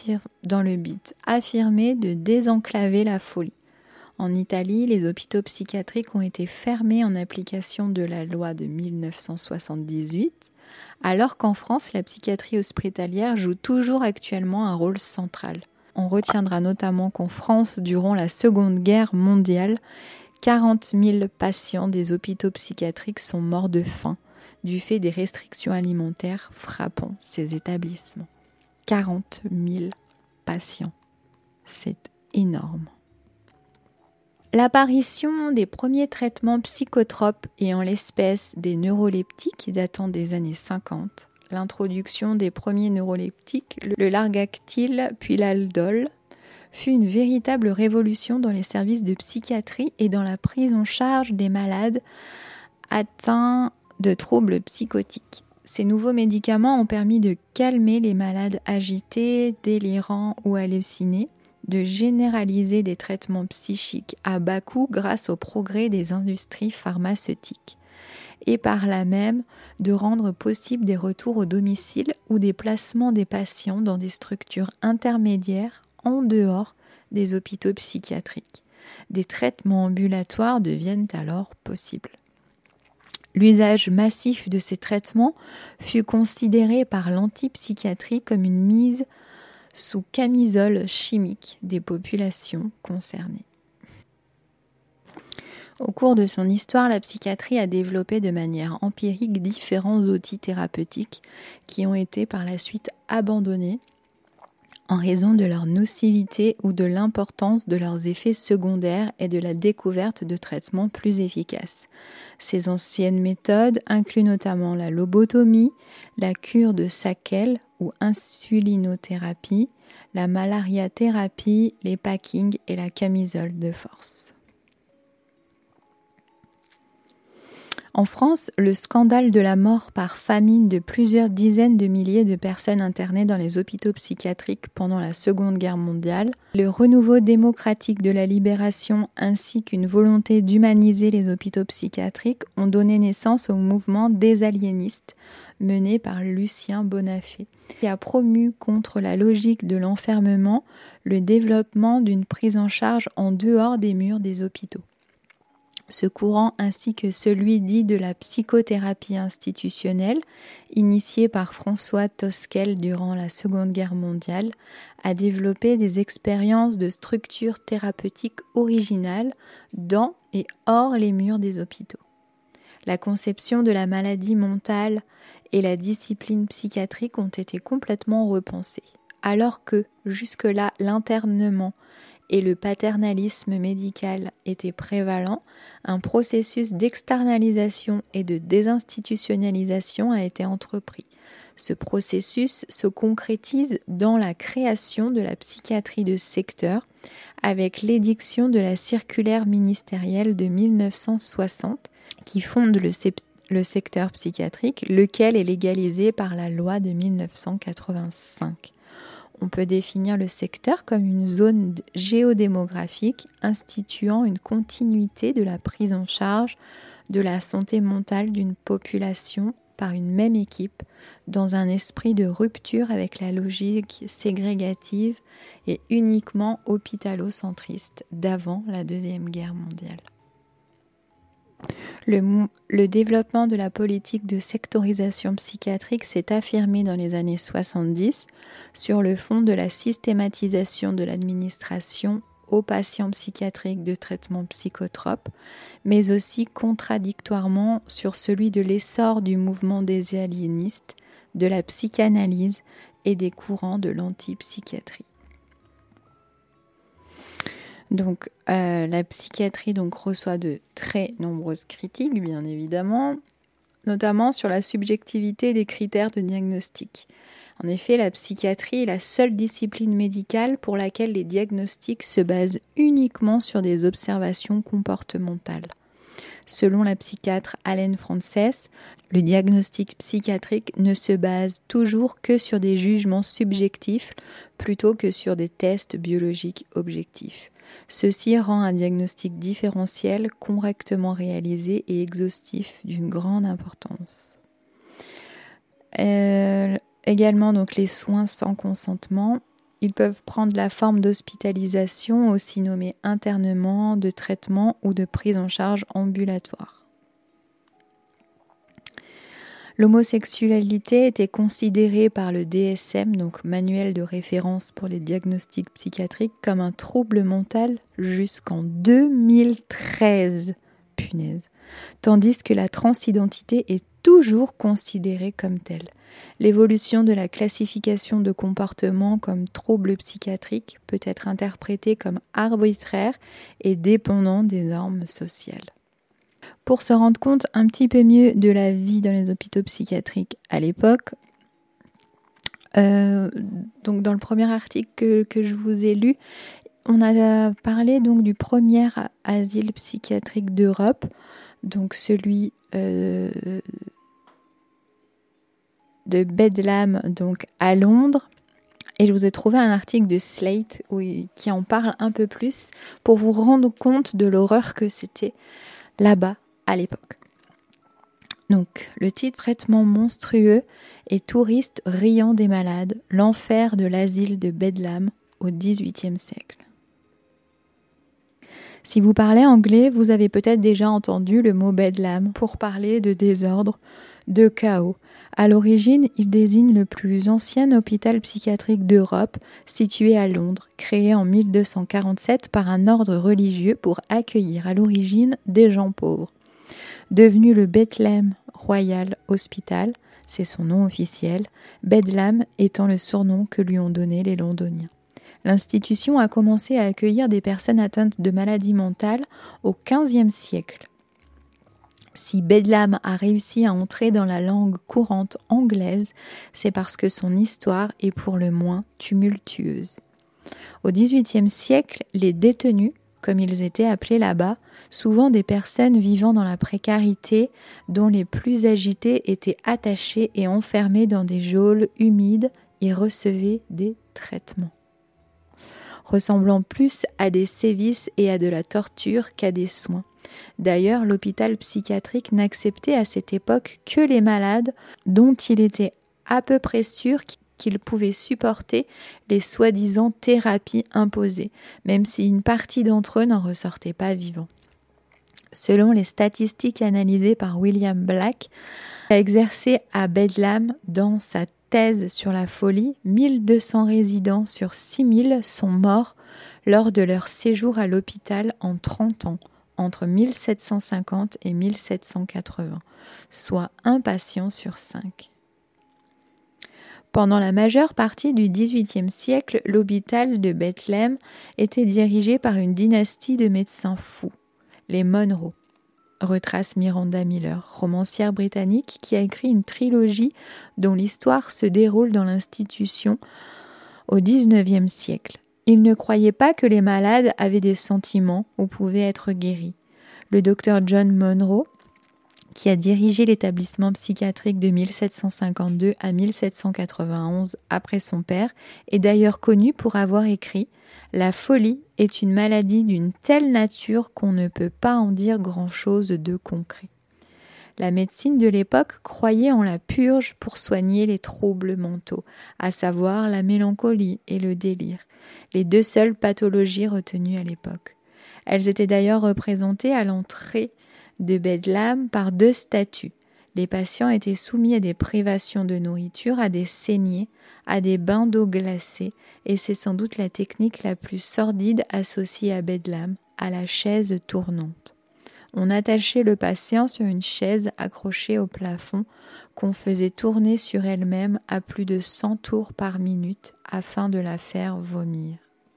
affirmé de désenclaver la folie. En Italie, les hôpitaux psychiatriques ont été fermés en application de la loi de 1978, alors qu'en France, la psychiatrie hospitalière joue toujours actuellement un rôle central. On retiendra notamment qu'en France, durant la Seconde Guerre mondiale, 40 000 patients des hôpitaux psychiatriques sont morts de faim du fait des restrictions alimentaires frappant ces établissements. 40 000 patients, c'est énorme. L'apparition des premiers traitements psychotropes et en l'espèce des neuroleptiques datant des années 50, l'introduction des premiers neuroleptiques, le Largactil puis l'Aldol, fut une véritable révolution dans les services de psychiatrie et dans la prise en charge des malades atteints de troubles psychotiques. Ces nouveaux médicaments ont permis de calmer les malades agités, délirants ou hallucinés, de généraliser des traitements psychiques à bas coût grâce au progrès des industries pharmaceutiques et par là même de rendre possible des retours au domicile ou des placements des patients dans des structures intermédiaires en dehors des hôpitaux psychiatriques. Des traitements ambulatoires deviennent alors possibles. L'usage massif de ces traitements fut considéré par l'antipsychiatrie comme une mise sous camisole chimique des populations concernées. Au cours de son histoire, la psychiatrie a développé de manière empirique différents outils thérapeutiques qui ont été par la suite abandonnés en raison de leur nocivité ou de l'importance de leurs effets secondaires et de la découverte de traitements plus efficaces. Ces anciennes méthodes incluent notamment la lobotomie, la cure de Sackel ou insulinothérapie, la malariathérapie, les packings et la camisole de force. En France, le scandale de la mort par famine de plusieurs dizaines de milliers de personnes internées dans les hôpitaux psychiatriques pendant la Seconde Guerre mondiale, le renouveau démocratique de la libération ainsi qu'une volonté d'humaniser les hôpitaux psychiatriques ont donné naissance au mouvement désaliéniste mené par Lucien Bonafé, qui a promu contre la logique de l'enfermement le développement d'une prise en charge en dehors des murs des hôpitaux. Ce courant ainsi que celui dit de la psychothérapie institutionnelle, initié par François Tosquel durant la Seconde Guerre mondiale, a développé des expériences de structures thérapeutiques originales dans et hors les murs des hôpitaux. La conception de la maladie mentale et la discipline psychiatrique ont été complètement repensées, alors que, jusque-là, l'internement et le paternalisme médical était prévalent, un processus d'externalisation et de désinstitutionnalisation a été entrepris. Ce processus se concrétise dans la création de la psychiatrie de secteur avec l'édiction de la circulaire ministérielle de 1960 qui fonde le secteur psychiatrique, lequel est légalisé par la loi de 1985. On peut définir le secteur comme une zone géodémographique instituant une continuité de la prise en charge de la santé mentale d'une population par une même équipe dans un esprit de rupture avec la logique ségrégative et uniquement hospitalo-centriste d'avant la Deuxième Guerre mondiale. Le développement de la politique de sectorisation psychiatrique s'est affirmé dans les années 70 sur le fond de la systématisation de l'administration aux patients psychiatriques de traitements psychotropes, mais aussi contradictoirement sur celui de l'essor du mouvement des aliénistes, de la psychanalyse et des courants de l'antipsychiatrie. Donc, la psychiatrie reçoit de très nombreuses critiques, bien évidemment, notamment sur la subjectivité des critères de diagnostic. En effet, la psychiatrie est la seule discipline médicale pour laquelle les diagnostics se basent uniquement sur des observations comportementales. Selon la psychiatre Allen Frances, le diagnostic psychiatrique ne se base toujours que sur des jugements subjectifs plutôt que sur des tests biologiques objectifs. Ceci rend un diagnostic différentiel correctement réalisé et exhaustif d'une grande importance. Également, les soins sans consentement, ils peuvent prendre la forme d'hospitalisation, aussi nommée internement, de traitement ou de prise en charge ambulatoire. L'homosexualité était considérée par le DSM, donc manuel de référence pour les diagnostics psychiatriques, comme un trouble mental jusqu'en 2013. Punaise. Tandis que la transidentité est toujours considérée comme telle. L'évolution de la classification de comportement comme trouble psychiatrique peut être interprétée comme arbitraire et dépendant des normes sociales. Pour se rendre compte un petit peu mieux de la vie dans les hôpitaux psychiatriques à l'époque, donc dans le premier article que je vous ai lu, on a parlé donc du premier asile psychiatrique d'Europe, donc celui de Bedlam, donc à Londres. Et je vous ai trouvé un article de Slate qui en parle un peu plus pour vous rendre compte de l'horreur que c'était là-bas à l'époque. Donc, le titre « Traitement monstrueux et touristes riant des malades, l'enfer de l'asile de Bedlam au XVIIIe siècle ». Si vous parlez anglais, vous avez peut-être déjà entendu le mot Bedlam pour parler de désordre, de chaos. À l'origine, il désigne le plus ancien hôpital psychiatrique d'Europe, situé à Londres, créé en 1247 par un ordre religieux pour accueillir à l'origine des gens pauvres. Devenu le Bethlehem Royal Hospital, c'est son nom officiel, Bedlam étant le surnom que lui ont donné les Londoniens. L'institution a commencé à accueillir des personnes atteintes de maladies mentales au XVe siècle. Si Bedlam a réussi à entrer dans la langue courante anglaise, c'est parce que son histoire est pour le moins tumultueuse. Au XVIIIe siècle, les détenus, comme ils étaient appelés là-bas, souvent des personnes vivant dans la précarité, dont les plus agités étaient attachés et enfermés dans des geôles humides, y recevaient des traitements, ressemblant plus à des sévices et à de la torture qu'à des soins. D'ailleurs, l'hôpital psychiatrique n'acceptait à cette époque que les malades dont il était à peu près sûr qu'ils pouvaient supporter les soi-disant thérapies imposées, même si une partie d'entre eux n'en ressortait pas vivants. Selon les statistiques analysées par William Black, a exercé à Bedlam dans sa thèse sur la folie, 1200 résidents sur 6000 sont morts lors de leur séjour à l'hôpital en 30 ans, entre 1750 et 1780, soit un patient sur 5. Pendant la majeure partie du XVIIIe siècle, l'hôpital de Bethléem était dirigé par une dynastie de médecins fous, les Monro, retrace Miranda Miller, romancière britannique qui a écrit une trilogie dont l'histoire se déroule dans l'institution au XIXe siècle. Ils ne croyaient pas que les malades avaient des sentiments ou pouvaient être guéris. Le docteur John Monro, qui a dirigé l'établissement psychiatrique de 1752 à 1791 après son père, est d'ailleurs connu pour avoir écrit « La folie est une maladie d'une telle nature qu'on ne peut pas en dire grand-chose de concret ». La médecine de l'époque croyait en la purge pour soigner les troubles mentaux, à savoir la mélancolie et le délire, les deux seules pathologies retenues à l'époque. Elles étaient d'ailleurs représentées à l'entrée de Bedlam par 2 statues. Les patients étaient soumis à des privations de nourriture, à des saignées, à des bains d'eau glacée, et c'est sans doute la technique la plus sordide associée à Bedlam, à la chaise tournante. On attachait le patient sur une chaise accrochée au plafond qu'on faisait tourner sur elle-même à plus de 100 tours par minute afin de la faire vomir.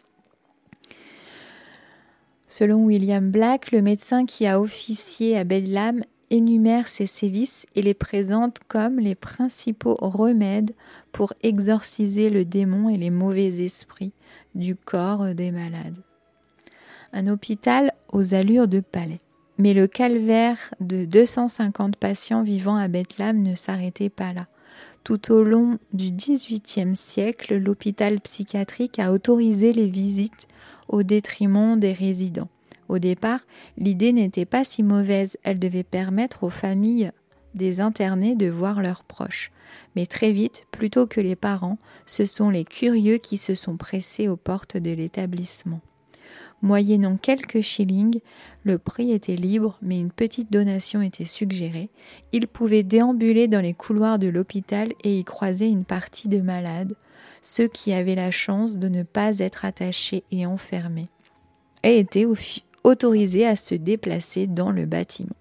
Selon William Black, le médecin qui a officié à Bedlam énumère ces sévices et les présente comme les principaux remèdes pour exorciser le démon et les mauvais esprits du corps des malades. Un hôpital aux allures de palais. Mais le calvaire de 250 patients vivant à Bedlam ne s'arrêtait pas là. Tout au long du XVIIIe siècle, l'hôpital psychiatrique a autorisé les visites au détriment des résidents. Au départ, l'idée n'était pas si mauvaise, elle devait permettre aux familles des internés de voir leurs proches. Mais très vite, plutôt que les parents, ce sont les curieux qui se sont pressés aux portes de l'établissement. Moyennant quelques shillings, le prix était libre mais une petite donation était suggérée. Il pouvait déambuler dans les couloirs de l'hôpital et y croiser une partie de malades, ceux qui avaient la chance de ne pas être attachés et enfermés, et étaient autorisés à se déplacer dans le bâtiment.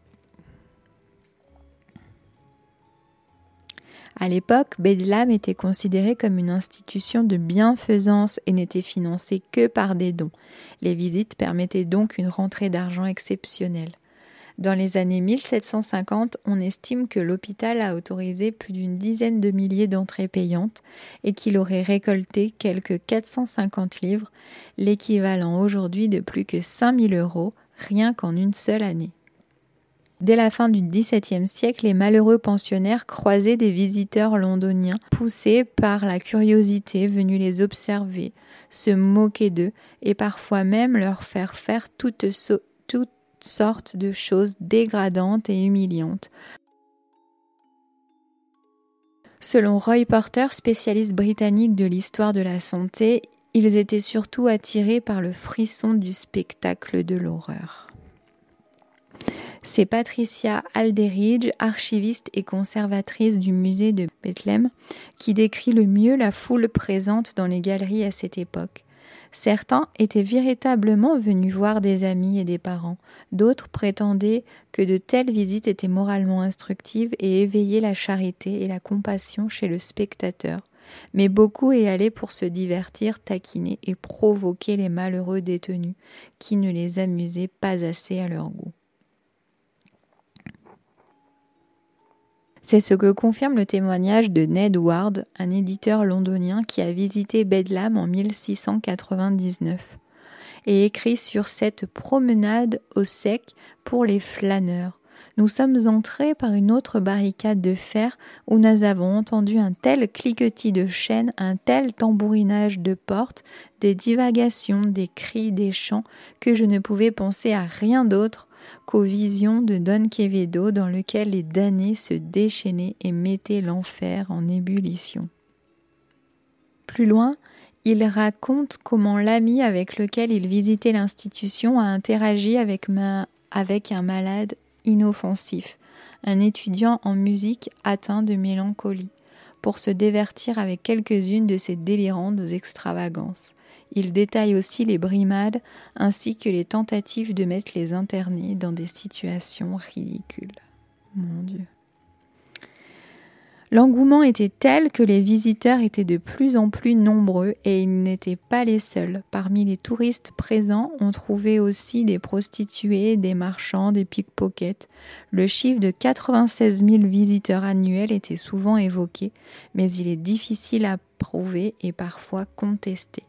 À l'époque, Bedlam était considéré comme une institution de bienfaisance et n'était financé que par des dons. Les visites permettaient donc une rentrée d'argent exceptionnelle. Dans les années 1750, on estime que l'hôpital a autorisé plus d'une dizaine de milliers d'entrées payantes et qu'il aurait récolté quelques 450 livres, l'équivalent aujourd'hui de plus que 5000 €, rien qu'en une seule année. Dès la fin du XVIIe siècle, les malheureux pensionnaires croisaient des visiteurs londoniens poussés par la curiosité venus les observer, se moquer d'eux et parfois même leur faire faire toutes sortes de choses dégradantes et humiliantes. Selon Roy Porter, spécialiste britannique de l'histoire de la santé, ils étaient surtout attirés par le frisson du spectacle de l'horreur. C'est Patricia Alderidge, archiviste et conservatrice du musée de Bethléem, qui décrit le mieux la foule présente dans les galeries à cette époque. Certains étaient véritablement venus voir des amis et des parents. D'autres prétendaient que de telles visites étaient moralement instructives et éveillaient la charité et la compassion chez le spectateur. Mais beaucoup y allaient pour se divertir, taquiner et provoquer les malheureux détenus, qui ne les amusaient pas assez à leur goût. C'est ce que confirme le témoignage de Ned Ward, un éditeur londonien qui a visité Bedlam en 1699 et écrit sur cette promenade au sec pour les flâneurs. Nous sommes entrés par une autre barricade de fer où nous avons entendu un tel cliquetis de chaînes, un tel tambourinage de portes, des divagations, des cris, des chants, que je ne pouvais penser à rien d'autre qu'aux visions de Don Quevedo dans lequel les damnés se déchaînaient et mettaient l'enfer en ébullition. Plus loin, il raconte comment l'ami avec lequel il visitait l'institution a interagi avec un malade inoffensif, un étudiant en musique atteint de mélancolie, pour se divertir avec quelques-unes de ses délirantes extravagances. Il détaille aussi les brimades ainsi que les tentatives de mettre les internés dans des situations ridicules. Mon Dieu. L'engouement était tel que les visiteurs étaient de plus en plus nombreux et ils n'étaient pas les seuls. Parmi les touristes présents, on trouvait aussi des prostituées, des marchands, des pickpockets. Le chiffre de 96 000 visiteurs annuels était souvent évoqué, mais il est difficile à prouver et parfois contesté.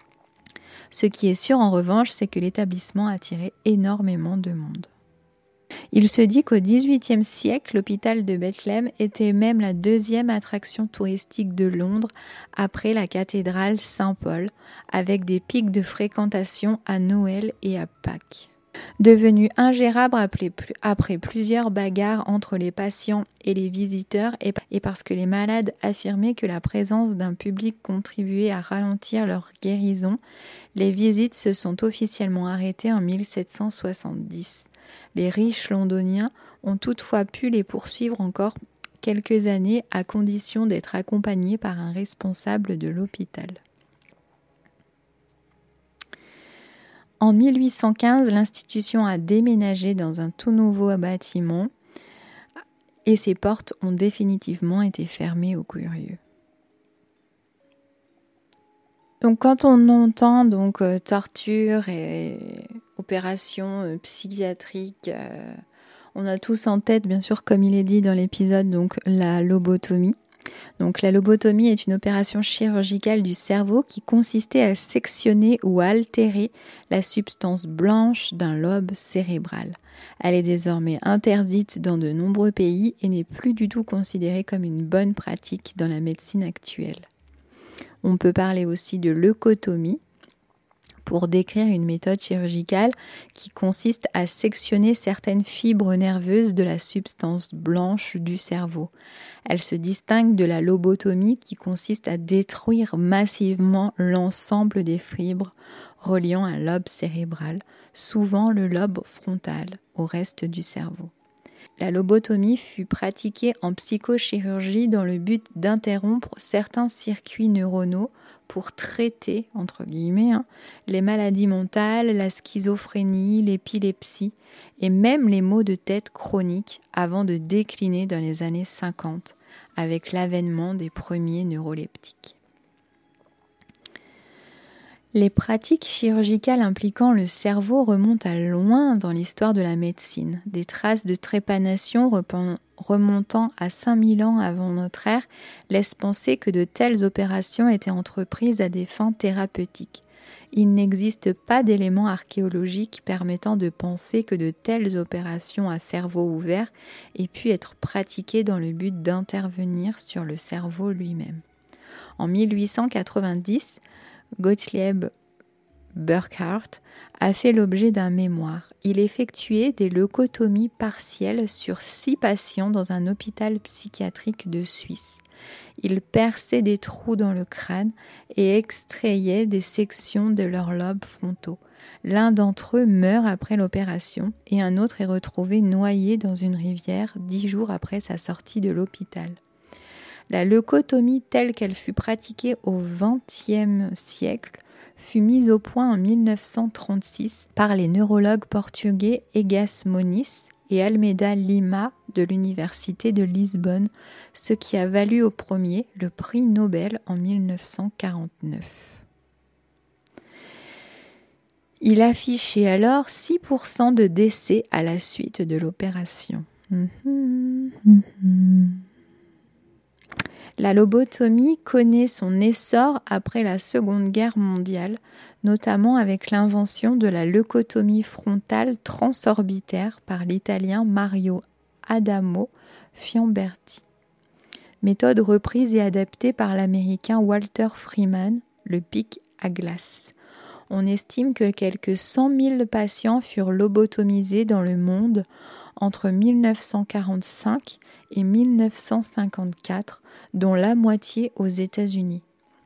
Ce qui est sûr en revanche, c'est que l'établissement attirait énormément de monde. Il se dit qu'au XVIIIe siècle, l'hôpital de Bethléem était même la deuxième attraction touristique de Londres après la cathédrale Saint-Paul, avec des pics de fréquentation à Noël et à Pâques. Devenu ingérable après plusieurs bagarres entre les patients et les visiteurs et parce que les malades affirmaient que la présence d'un public contribuait à ralentir leur guérison, les visites se sont officiellement arrêtées en 1770. Les riches londoniens ont toutefois pu les poursuivre encore quelques années à condition d'être accompagnés par un responsable de l'hôpital. En 1815, l'institution a déménagé dans un tout nouveau bâtiment et ses portes ont définitivement été fermées aux curieux. Donc quand on entend torture et opération psychiatrique, on a tous en tête, bien sûr, comme il est dit dans l'épisode, la lobotomie. Donc la lobotomie est une opération chirurgicale du cerveau qui consistait à sectionner ou à altérer la substance blanche d'un lobe cérébral. Elle est désormais interdite dans de nombreux pays et n'est plus du tout considérée comme une bonne pratique dans la médecine actuelle. On peut parler aussi de leucotomie pour décrire une méthode chirurgicale qui consiste à sectionner certaines fibres nerveuses de la substance blanche du cerveau. Elle se distingue de la lobotomie qui consiste à détruire massivement l'ensemble des fibres reliant un lobe cérébral, souvent le lobe frontal, au reste du cerveau. La lobotomie fut pratiquée en psychochirurgie dans le but d'interrompre certains circuits neuronaux pour traiter, entre guillemets, les maladies mentales, la schizophrénie, l'épilepsie et même les maux de tête chroniques avant de décliner dans les années 50 avec l'avènement des premiers neuroleptiques. Les pratiques chirurgicales impliquant le cerveau remontent à loin dans l'histoire de la médecine. Des traces de trépanation remontant à 5000 ans avant notre ère laissent penser que de telles opérations étaient entreprises à des fins thérapeutiques. Il n'existe pas d'éléments archéologiques permettant de penser que de telles opérations à cerveau ouvert aient pu être pratiquées dans le but d'intervenir sur le cerveau lui-même. En 1890, Gottlieb Burckhardt a fait l'objet d'un mémoire. Il effectuait des leucotomies partielles sur 6 patients dans un hôpital psychiatrique de Suisse. Il perçait des trous dans le crâne et extrayait des sections de leurs lobes frontaux. L'un d'entre eux meurt après l'opération et un autre est retrouvé noyé dans une rivière 10 jours après sa sortie de l'hôpital. La leucotomie telle qu'elle fut pratiquée au XXe siècle fut mise au point en 1936 par les neurologues portugais Egas Moniz et Almeida Lima de l'Université de Lisbonne, ce qui a valu au premier le prix Nobel en 1949. Il affichait alors 6% de décès à la suite de l'opération. La lobotomie connaît son essor après la Seconde Guerre mondiale, notamment avec l'invention de la leucotomie frontale transorbitaire par l'Italien Mario Adamo Fiamberti. Méthode reprise et adaptée par l'Américain Walter Freeman, le pic à glace. On estime que quelques 100 000 patients furent lobotomisés dans le monde entre 1945 et 1954, dont la moitié aux États-Unis.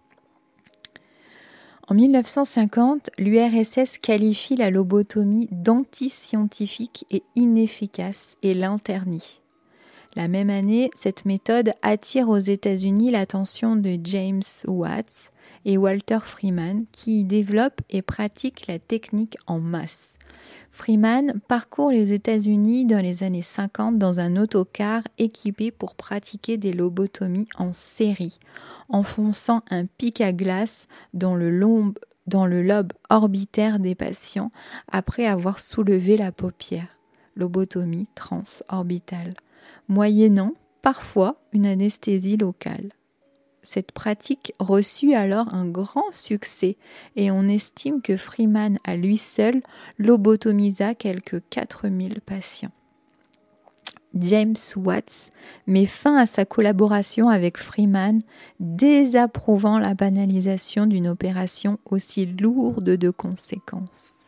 En 1950, l'URSS qualifie la lobotomie d'antiscientifique et inefficace et l'interdit. La même année, cette méthode attire aux États-Unis l'attention de James Watts et Walter Freeman qui y développent et pratiquent la technique en masse. Freeman parcourt les États-Unis dans les années 50 dans un autocar équipé pour pratiquer des lobotomies en série, enfonçant un pic à glace dans le lobe orbitaire des patients après avoir soulevé la paupière. Lobotomie transorbitale, moyennant parfois une anesthésie locale. Cette pratique reçut alors un grand succès et on estime que Freeman à lui seul lobotomisa quelques 4000 patients. James Watts met fin à sa collaboration avec Freeman, désapprouvant la banalisation d'une opération aussi lourde de conséquences.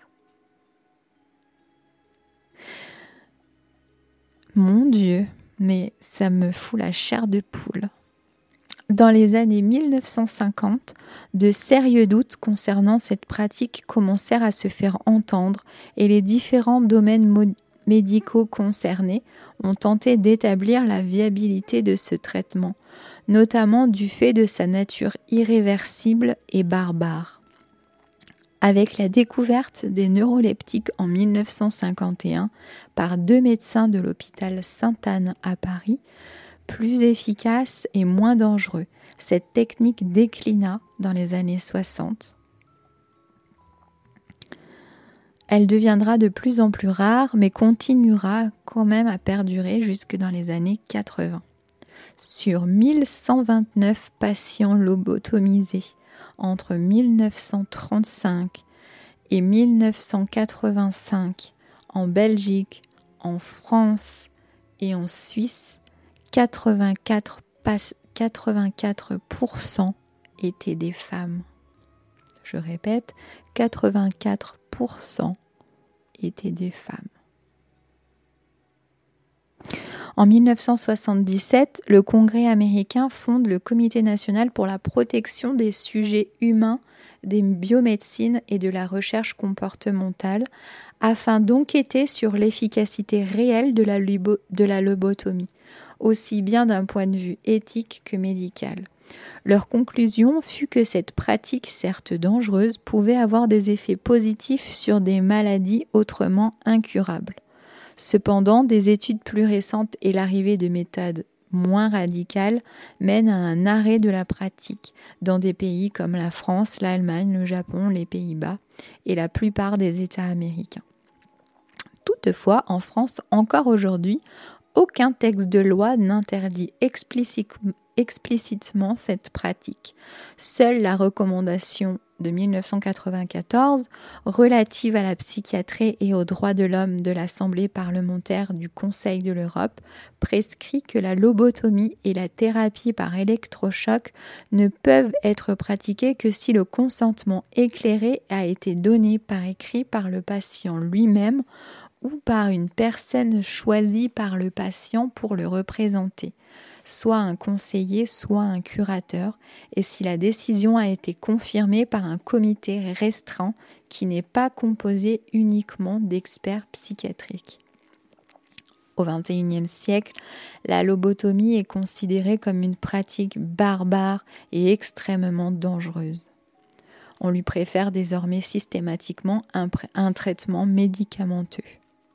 Mon Dieu, mais ça me fout la chair de poule. Dans les années 1950, de sérieux doutes concernant cette pratique commencèrent à se faire entendre et les différents domaines médicaux concernés ont tenté d'établir la viabilité de ce traitement, notamment du fait de sa nature irréversible et barbare. Avec la découverte des neuroleptiques en 1951 par 2 médecins de l'hôpital Sainte-Anne à Paris, plus efficace et moins dangereux, cette technique déclina dans les années 60. Elle deviendra de plus en plus rare, mais continuera quand même à perdurer jusque dans les années 80. Sur 1129 patients lobotomisés entre 1935 et 1985 en Belgique, en France et en Suisse, 84% étaient des femmes. Je répète, 84% étaient des femmes. En 1977, le Congrès américain fonde le Comité national pour la protection des sujets humains, des biomédecines et de la recherche comportementale afin d'enquêter sur l'efficacité réelle de la lobotomie, aussi bien d'un point de vue éthique que médical. Leur conclusion fut que cette pratique, certes dangereuse, pouvait avoir des effets positifs sur des maladies autrement incurables. Cependant, des études plus récentes et l'arrivée de méthodes moins radicales mènent à un arrêt de la pratique dans des pays comme la France, l'Allemagne, le Japon, les Pays-Bas et la plupart des États américains. Toutefois, en France, encore aujourd'hui, aucun texte de loi n'interdit explicitement cette pratique. Seule la recommandation de 1994 relative à la psychiatrie et aux droits de l'homme de l'Assemblée parlementaire du Conseil de l'Europe prescrit que la lobotomie et la thérapie par électrochoc ne peuvent être pratiquées que si le consentement éclairé a été donné par écrit par le patient lui-même ou par une personne choisie par le patient pour le représenter, soit un conseiller, soit un curateur, et si la décision a été confirmée par un comité restreint qui n'est pas composé uniquement d'experts psychiatriques. Au XXIe siècle, la lobotomie est considérée comme une pratique barbare et extrêmement dangereuse. On lui préfère désormais systématiquement un traitement médicamenteux.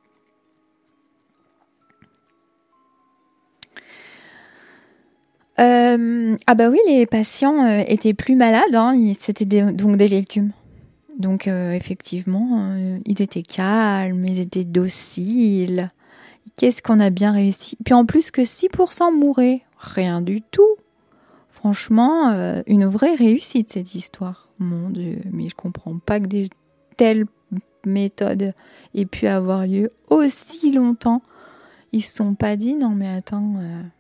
Les patients étaient plus malades, c'était donc des légumes. Donc effectivement, ils étaient calmes, ils étaient dociles. Qu'est-ce qu'on a bien réussi. Puis en plus que 6% mouraient, rien du tout. Franchement, une vraie réussite cette histoire. Mon Dieu, mais je comprends pas que des telles méthodes aient pu avoir lieu aussi longtemps. Ils se sont pas dit, non mais attends...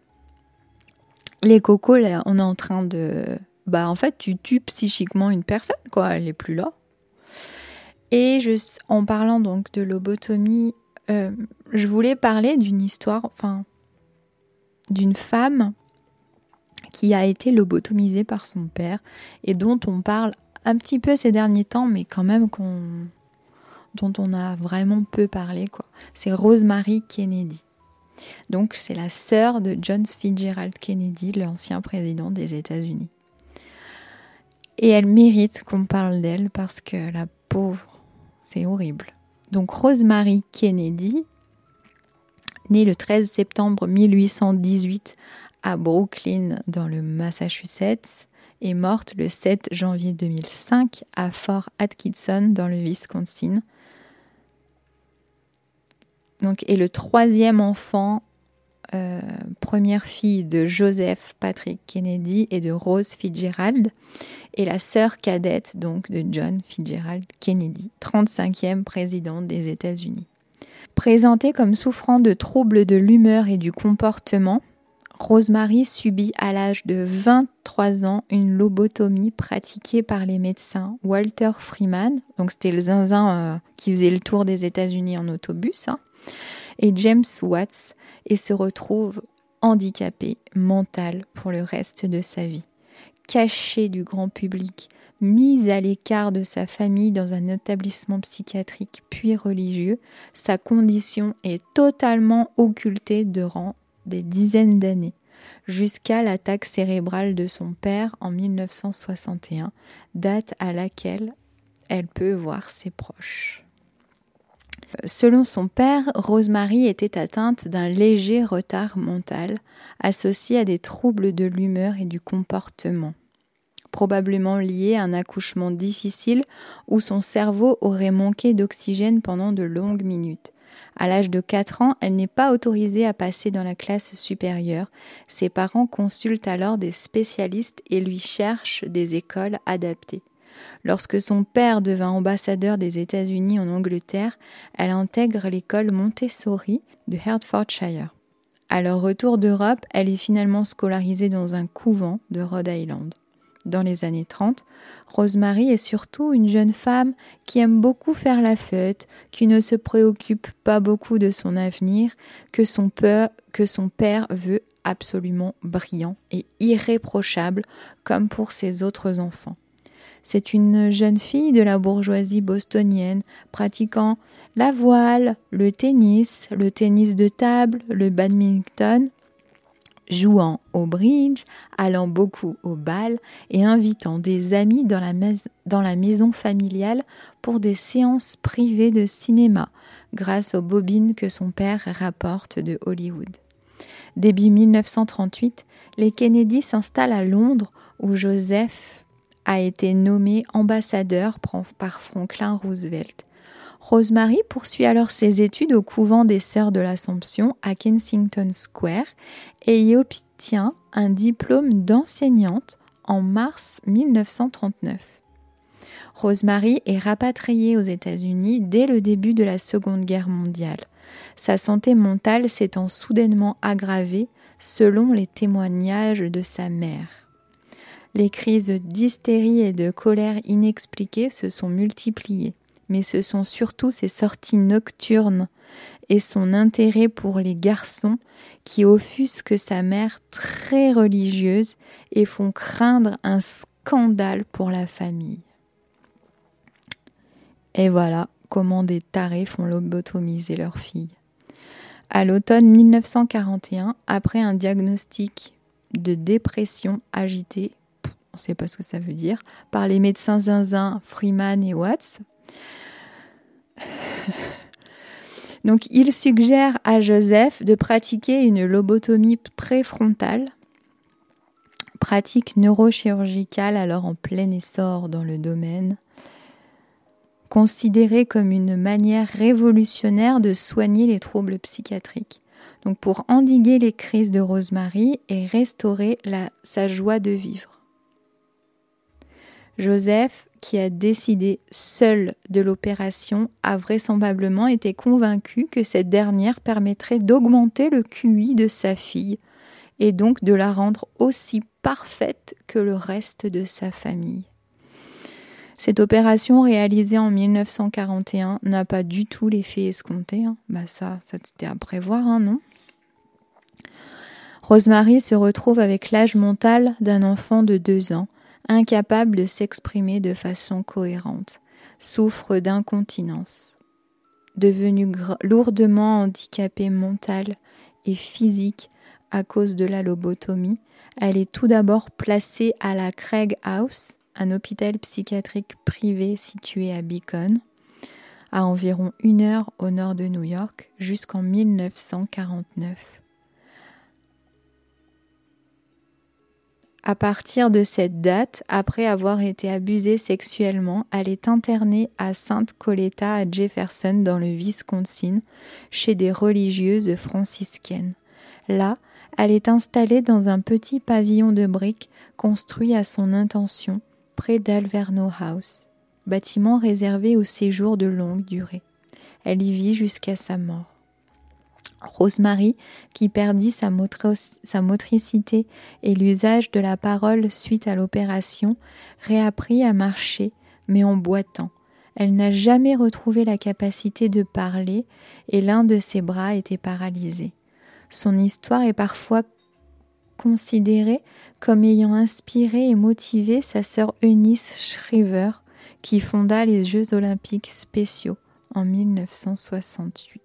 Les cocos, là, on est en train de... en fait, tu tues psychiquement une personne, quoi. Elle n'est plus là. Et en parlant donc de lobotomie, je voulais parler d'une histoire, d'une femme qui a été lobotomisée par son père et dont on parle un petit peu ces derniers temps, mais quand même dont on a vraiment peu parlé, quoi. C'est Rosemary Kennedy. Donc, c'est la sœur de John Fitzgerald Kennedy, l'ancien président des États-Unis. Et elle mérite qu'on parle d'elle parce que la pauvre, c'est horrible. Donc, Rosemary Kennedy, née le 13 septembre 1818 à Brooklyn, dans le Massachusetts, est morte le 7 janvier 2005 à Fort Atkinson, dans le Wisconsin. Donc, et le troisième enfant, première fille de Joseph Patrick Kennedy et de Rose Fitzgerald, et la sœur cadette donc de John Fitzgerald Kennedy, 35e président des États-Unis. Présentée comme souffrant de troubles de l'humeur et du comportement, Rosemary subit à l'âge de 23 ans une lobotomie pratiquée par les médecins Walter Freeman, donc c'était le zinzin qui faisait le tour des États-Unis en autobus, et James Watts, et se retrouve handicapé mental pour le reste de sa vie. Caché du grand public, mise à l'écart de sa famille dans un établissement psychiatrique puis religieux, sa condition est totalement occultée durant des dizaines d'années, jusqu'à l'attaque cérébrale de son père en 1961, date à laquelle elle peut voir ses proches. Selon son père, Rosemary était atteinte d'un léger retard mental associé à des troubles de l'humeur et du comportement, probablement lié à un accouchement difficile où son cerveau aurait manqué d'oxygène pendant de longues minutes. À l'âge de 4 ans, elle n'est pas autorisée à passer dans la classe supérieure. Ses parents consultent alors des spécialistes et lui cherchent des écoles adaptées. Lorsque son père devint ambassadeur des États-Unis en Angleterre, elle intègre l'école Montessori de Hertfordshire. À leur retour d'Europe, elle est finalement scolarisée dans un couvent de Rhode Island. Dans les années 30, Rosemary est surtout une jeune femme qui aime beaucoup faire la fête, qui ne se préoccupe pas beaucoup de son avenir, que son père veut absolument brillant et irréprochable comme pour ses autres enfants. C'est une jeune fille de la bourgeoisie bostonienne pratiquant la voile, le tennis de table, le badminton, jouant au bridge, allant beaucoup au bal et invitant des amis dans la maison familiale pour des séances privées de cinéma grâce aux bobines que son père rapporte de Hollywood. Début 1938, les Kennedy s'installent à Londres où Joseph a été nommé ambassadeur par Franklin Roosevelt. Rosemary poursuit alors ses études au couvent des Sœurs de l'Assomption à Kensington Square et y obtient un diplôme d'enseignante en mars 1939. Rosemary est rapatriée aux États-Unis dès le début de la Seconde Guerre mondiale. Sa santé mentale s'étant soudainement aggravée selon les témoignages de sa mère. Les crises d'hystérie et de colère inexpliquées se sont multipliées, mais ce sont surtout ses sorties nocturnes et son intérêt pour les garçons qui offusquent sa mère très religieuse et font craindre un scandale pour la famille. Et voilà comment des tarés font lobotomiser leur fille. À l'automne 1941, après un diagnostic de dépression agitée, on ne sait pas ce que ça veut dire, par les médecins Zinzin, Freeman et Watts, donc il suggère à Joseph de pratiquer une lobotomie préfrontale, pratique neurochirurgicale alors en plein essor dans le domaine, considérée comme une manière révolutionnaire de soigner les troubles psychiatriques. Donc pour endiguer les crises de Rosemary et restaurer sa joie de vivre. Joseph, qui a décidé seul de l'opération, a vraisemblablement été convaincu que cette dernière permettrait d'augmenter le QI de sa fille et donc de la rendre aussi parfaite que le reste de sa famille. Cette opération réalisée en 1941 n'a pas du tout l'effet escompté. Ça c'était à prévoir, non ? Rosemary se retrouve avec l'âge mental d'un enfant de 2 ans, incapable de s'exprimer de façon cohérente, souffre d'incontinence. Devenue lourdement handicapée mentale et physique à cause de la lobotomie, elle est tout d'abord placée à la Craig House, un hôpital psychiatrique privé situé à Beacon, à environ 1 heure au nord de New York, jusqu'en 1949. À partir de cette date, après avoir été abusée sexuellement, elle est internée à Sainte Coletta à Jefferson dans le Wisconsin, chez des religieuses franciscaines. Là, elle est installée dans un petit pavillon de briques construit à son intention, près d'Alverno House, bâtiment réservé au séjour de longue durée. Elle y vit jusqu'à sa mort. Rosemary, qui perdit sa motricité et l'usage de la parole suite à l'opération, réapprit à marcher, mais en boitant. Elle n'a jamais retrouvé la capacité de parler et l'un de ses bras était paralysé. Son histoire est parfois considérée comme ayant inspiré et motivé sa sœur Eunice Shriver, qui fonda les Jeux olympiques spéciaux en 1968.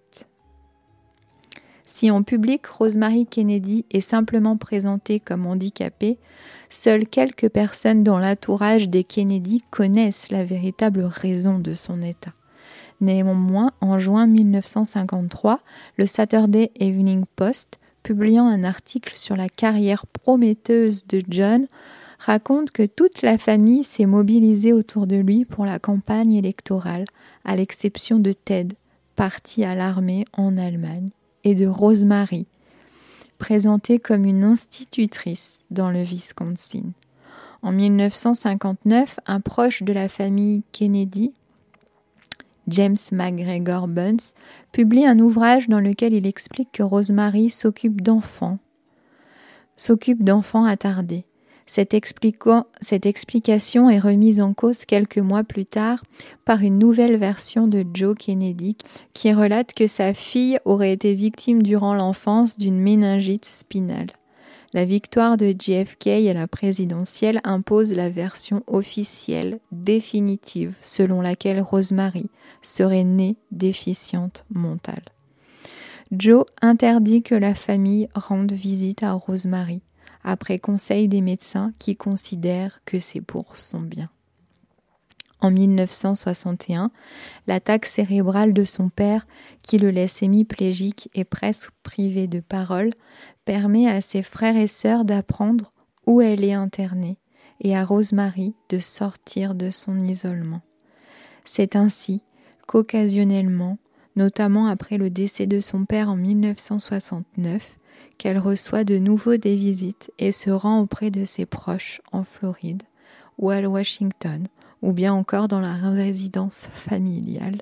Si en public, Rosemary Kennedy est simplement présentée comme handicapée, seules quelques personnes dans l'entourage des Kennedy connaissent la véritable raison de son état. Néanmoins, en juin 1953, le Saturday Evening Post, publiant un article sur la carrière prometteuse de John, raconte que toute la famille s'est mobilisée autour de lui pour la campagne électorale, à l'exception de Ted, parti à l'armée en Allemagne, et de Rosemary, présentée comme une institutrice dans le Wisconsin. En 1959, un proche de la famille Kennedy, James McGregor Bunce, publie un ouvrage dans lequel il explique que Rosemary s'occupe d'enfants attardés. Cette explication est remise en cause quelques mois plus tard par une nouvelle version de Joe Kennedy qui relate que sa fille aurait été victime durant l'enfance d'une méningite spinale. La victoire de JFK à la présidentielle impose la version officielle, définitive, selon laquelle Rosemary serait née déficiente mentale. Joe interdit que la famille rende visite à Rosemary, après conseil des médecins qui considèrent que c'est pour son bien. En 1961, l'attaque cérébrale de son père, qui le laisse hémiplégique et presque privé de parole, permet à ses frères et sœurs d'apprendre où elle est internée et à Rosemary de sortir de son isolement. C'est ainsi qu'occasionnellement, notamment après le décès de son père en 1969, qu'elle reçoit de nouveau des visites et se rend auprès de ses proches en Floride ou à Washington, ou bien encore dans la résidence familiale,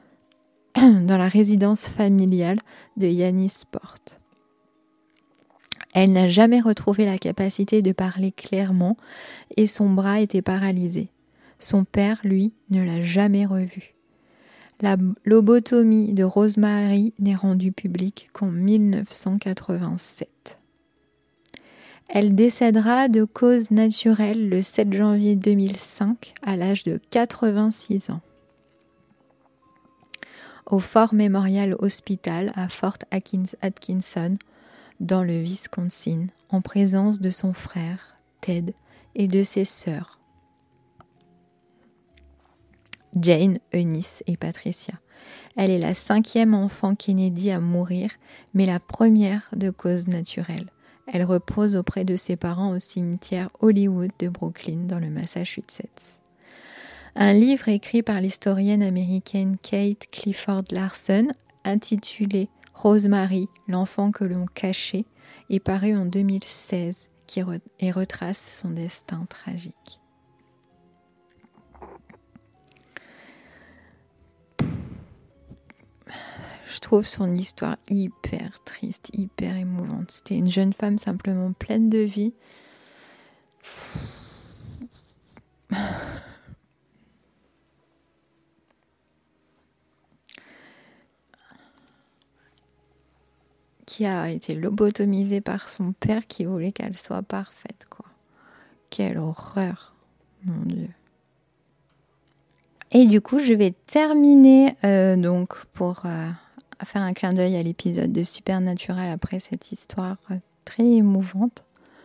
de Yannisport. Elle n'a jamais retrouvé la capacité de parler clairement et son bras était paralysé. Son père, lui, ne l'a jamais revue. La lobotomie de Rosemary n'est rendue publique qu'en 1987. Elle décédera de cause naturelle le 7 janvier 2005 à l'âge de 86 ans. Au Fort Memorial Hospital à Fort Atkinson, dans le Wisconsin, en présence de son frère, Ted, et de ses sœurs, Jane, Eunice et Patricia. Elle est la 5e enfant Kennedy à mourir, mais la première de cause naturelle. Elle repose auprès de ses parents au cimetière Hollywood de Brooklyn, dans le Massachusetts. Un livre écrit par l'historienne américaine Kate Clifford Larson, intitulé « Rosemary, l'enfant que l'on cachait », est paru en 2016 et retrace son destin tragique. Je trouve son histoire hyper triste, hyper émouvante. C'était une jeune femme simplement pleine de vie. Qui a été lobotomisée par son père qui voulait qu'elle soit parfaite, quoi. Quelle horreur, mon Dieu. Et du coup, je vais terminer donc pour faire un clin d'œil à l'épisode de Supernatural après cette histoire très émouvante.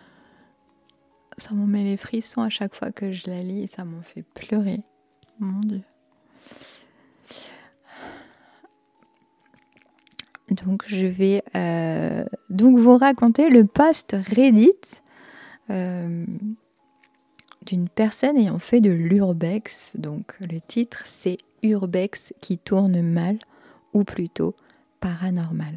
Ça m'en met les frissons à chaque fois que je la lis et ça m'en fait pleurer. Mon Dieu. Donc je vais donc vous raconter le post Reddit d'une personne ayant fait de l'urbex. Donc le titre c'est Urbex qui tourne mal, ou plutôt paranormal.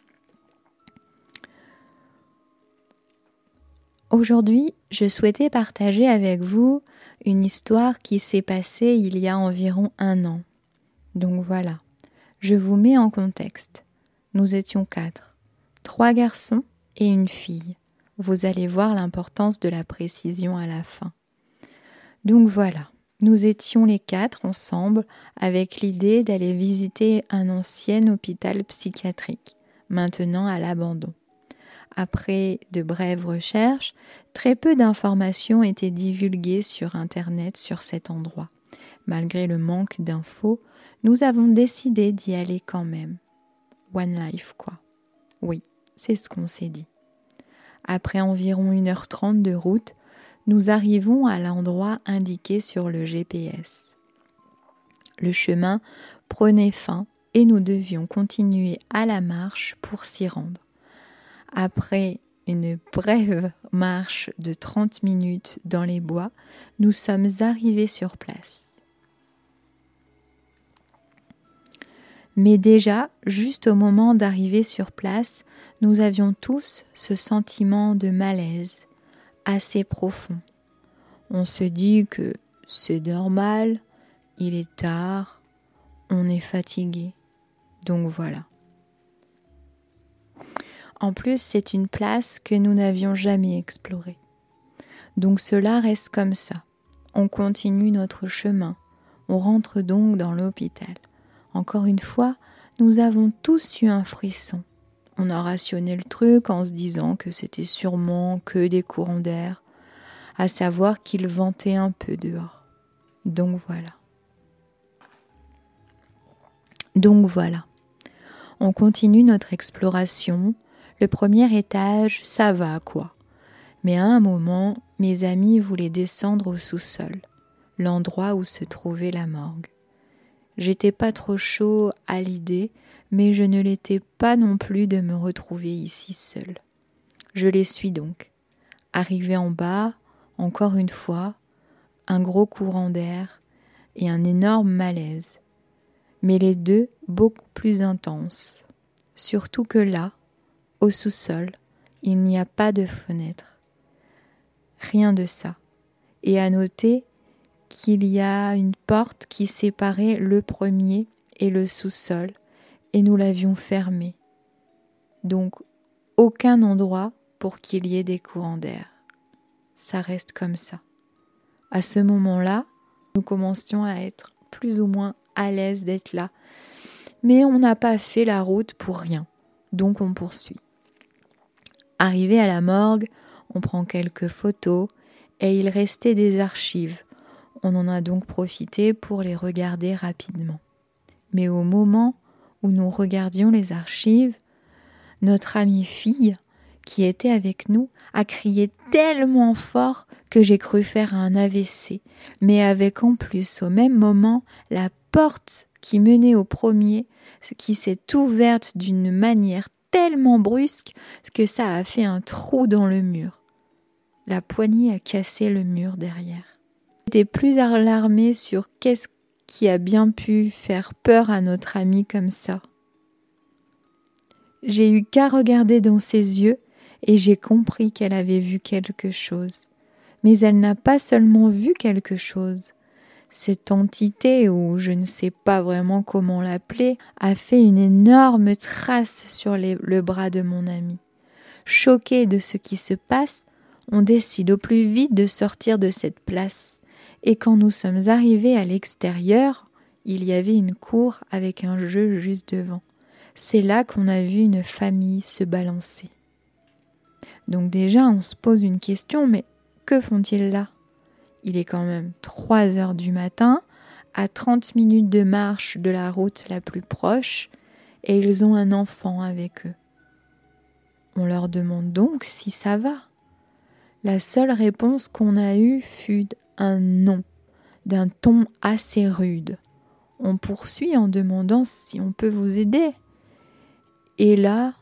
Aujourd'hui, je souhaitais partager avec vous une histoire qui s'est passée il y a environ 1 an. Donc voilà, je vous mets en contexte. Nous étions 4, 3 garçons et une fille. Vous allez voir l'importance de la précision à la fin. Donc voilà, nous étions les 4 ensemble avec l'idée d'aller visiter un ancien hôpital psychiatrique, maintenant à l'abandon. Après de brèves recherches, très peu d'informations étaient divulguées sur Internet sur cet endroit. Malgré le manque d'infos, nous avons décidé d'y aller quand même. One life, quoi. Oui, c'est ce qu'on s'est dit. Après environ 1h30 de route, nous arrivons à l'endroit indiqué sur le GPS. Le chemin prenait fin et nous devions continuer à la marche pour s'y rendre. Après une brève marche de 30 minutes dans les bois, nous sommes arrivés sur place. Mais déjà, juste au moment d'arriver sur place, nous avions tous ce sentiment de malaise assez profond. On se dit que c'est normal, il est tard, on est fatigué. Donc voilà. En plus, c'est une place que nous n'avions jamais explorée. Donc cela reste comme ça. On continue notre chemin. On rentre donc dans l'hôpital. Encore une fois, nous avons tous eu un frisson. On a rationné le truc en se disant que c'était sûrement que des courants d'air, à savoir qu'il ventait un peu dehors. Donc voilà. On continue notre exploration. Le premier étage, ça va quoi. Mais à un moment, mes amis voulaient descendre au sous-sol, l'endroit où se trouvait la morgue. J'étais pas trop chaud à l'idée, mais je ne l'étais pas non plus de me retrouver ici seule. Je les suis donc. Arrivé en bas, encore une fois, un gros courant d'air et un énorme malaise. Mais les deux beaucoup plus intenses. Surtout que là, au sous-sol, il n'y a pas de fenêtre. Rien de ça. Et à noter qu'il y a une porte qui séparait le premier et le sous-sol, et nous l'avions fermée. Donc, aucun endroit pour qu'il y ait des courants d'air. Ça reste comme ça. À ce moment-là, nous commencions à être plus ou moins à l'aise d'être là. Mais on n'a pas fait la route pour rien. Donc on poursuit. Arrivé à la morgue, on prend quelques photos et il restait des archives. On en a donc profité pour les regarder rapidement. Mais au moment où nous regardions les archives, notre amie fille, qui était avec nous, a crié tellement fort que j'ai cru faire un AVC, mais avec en plus au même moment la porte qui menait au premier, qui s'est ouverte d'une manière tellement brusque que ça a fait un trou dans le mur. La poignée a cassé le mur derrière. J'étais plus alarmée sur qu'est-ce qui a bien pu faire peur à notre amie comme ça. J'ai eu qu'à regarder dans ses yeux et j'ai compris qu'elle avait vu quelque chose. Mais elle n'a pas seulement vu quelque chose. Cette entité, ou je ne sais pas vraiment comment l'appeler, a fait une énorme trace sur le bras de mon ami. Choqués de ce qui se passe, on décide au plus vite de sortir de cette place. Et quand nous sommes arrivés à l'extérieur, il y avait une cour avec un jeu juste devant. C'est là qu'on a vu une famille se balancer. Donc déjà, on se pose une question, mais que font-ils là ? Il est quand même 3 heures du matin, à 30 minutes de marche de la route la plus proche, et ils ont un enfant avec eux. On leur demande donc si ça va. La seule réponse qu'on a eue fut un non, d'un ton assez rude. On poursuit en demandant si on peut vous aider. Et là,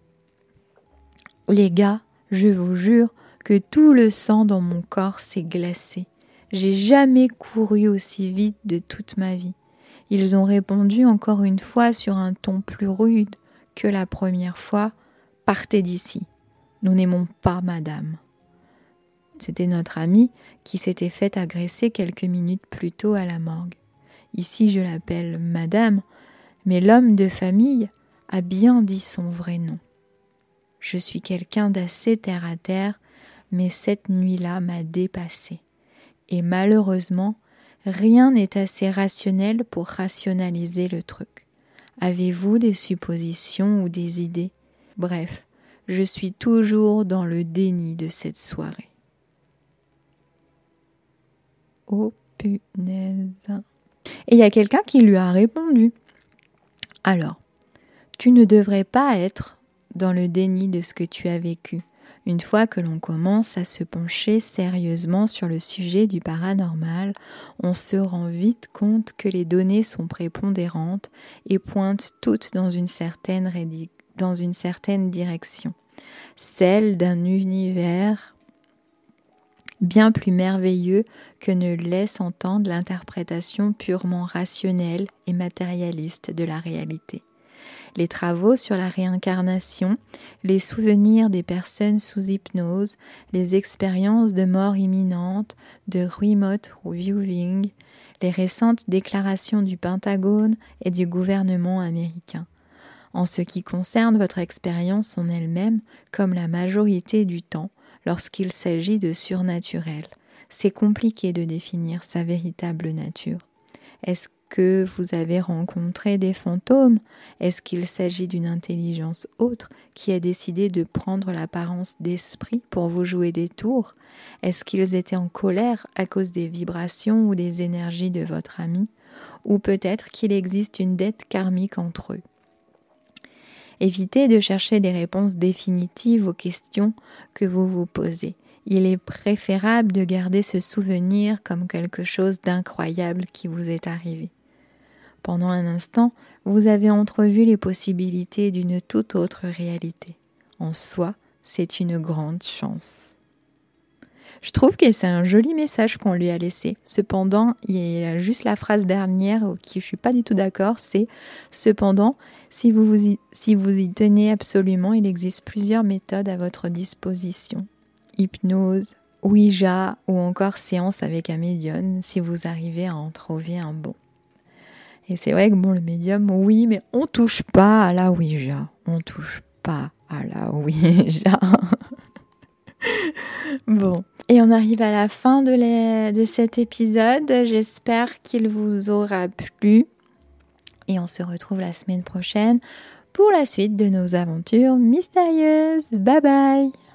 les gars, je vous jure que tout le sang dans mon corps s'est glacé. J'ai jamais couru aussi vite de toute ma vie. Ils ont répondu encore une fois sur un ton plus rude que la première fois. Partez d'ici. Nous n'aimons pas madame. C'était notre amie qui s'était fait agresser quelques minutes plus tôt à la morgue. Ici, je l'appelle madame, mais l'homme de famille a bien dit son vrai nom. Je suis quelqu'un d'assez terre à terre, mais cette nuit-là m'a dépassée. Et malheureusement, rien n'est assez rationnel pour rationaliser le truc. Avez-vous des suppositions ou des idées ? Bref, je suis toujours dans le déni de cette soirée. Oh punaise. Et il y a quelqu'un qui lui a répondu. Alors, tu ne devrais pas être dans le déni de ce que tu as vécu. Une fois que l'on commence à se pencher sérieusement sur le sujet du paranormal, on se rend vite compte que les données sont prépondérantes et pointent toutes dans une certaine direction, celle d'un univers bien plus merveilleux que ne laisse entendre l'interprétation purement rationnelle et matérialiste de la réalité. Les travaux sur la réincarnation, les souvenirs des personnes sous hypnose, les expériences de mort imminente, de remote viewing, les récentes déclarations du Pentagone et du gouvernement américain. En ce qui concerne votre expérience en elle-même, comme la majorité du temps, lorsqu'il s'agit de surnaturel. C'est compliqué de définir sa véritable nature. Est-ce que vous avez rencontré des fantômes? Est-ce qu'il s'agit d'une intelligence autre qui a décidé de prendre l'apparence d'esprit pour vous jouer des tours? Est-ce qu'ils étaient en colère à cause des vibrations ou des énergies de votre ami? Ou peut-être qu'il existe une dette karmique entre eux? Évitez de chercher des réponses définitives aux questions que vous vous posez. Il est préférable de garder ce souvenir comme quelque chose d'incroyable qui vous est arrivé. Pendant un instant, vous avez entrevu les possibilités d'une toute autre réalité. En soi, c'est une grande chance. Je trouve que c'est un joli message qu'on lui a laissé. Cependant, il y a juste la phrase dernière qui je ne suis pas du tout d'accord, c'est « Cependant, si vous y tenez absolument, il existe plusieurs méthodes à votre disposition. Hypnose, Ouija ou encore séance avec un médium si vous arrivez à en trouver un bon. » Et c'est vrai que le médium, oui, mais on touche pas à la Ouija. On touche pas à la Ouija. Bon. Et on arrive à la fin de cet épisode. J'espère qu'il vous aura plu. Et on se retrouve la semaine prochaine pour la suite de nos aventures mystérieuses. Bye bye!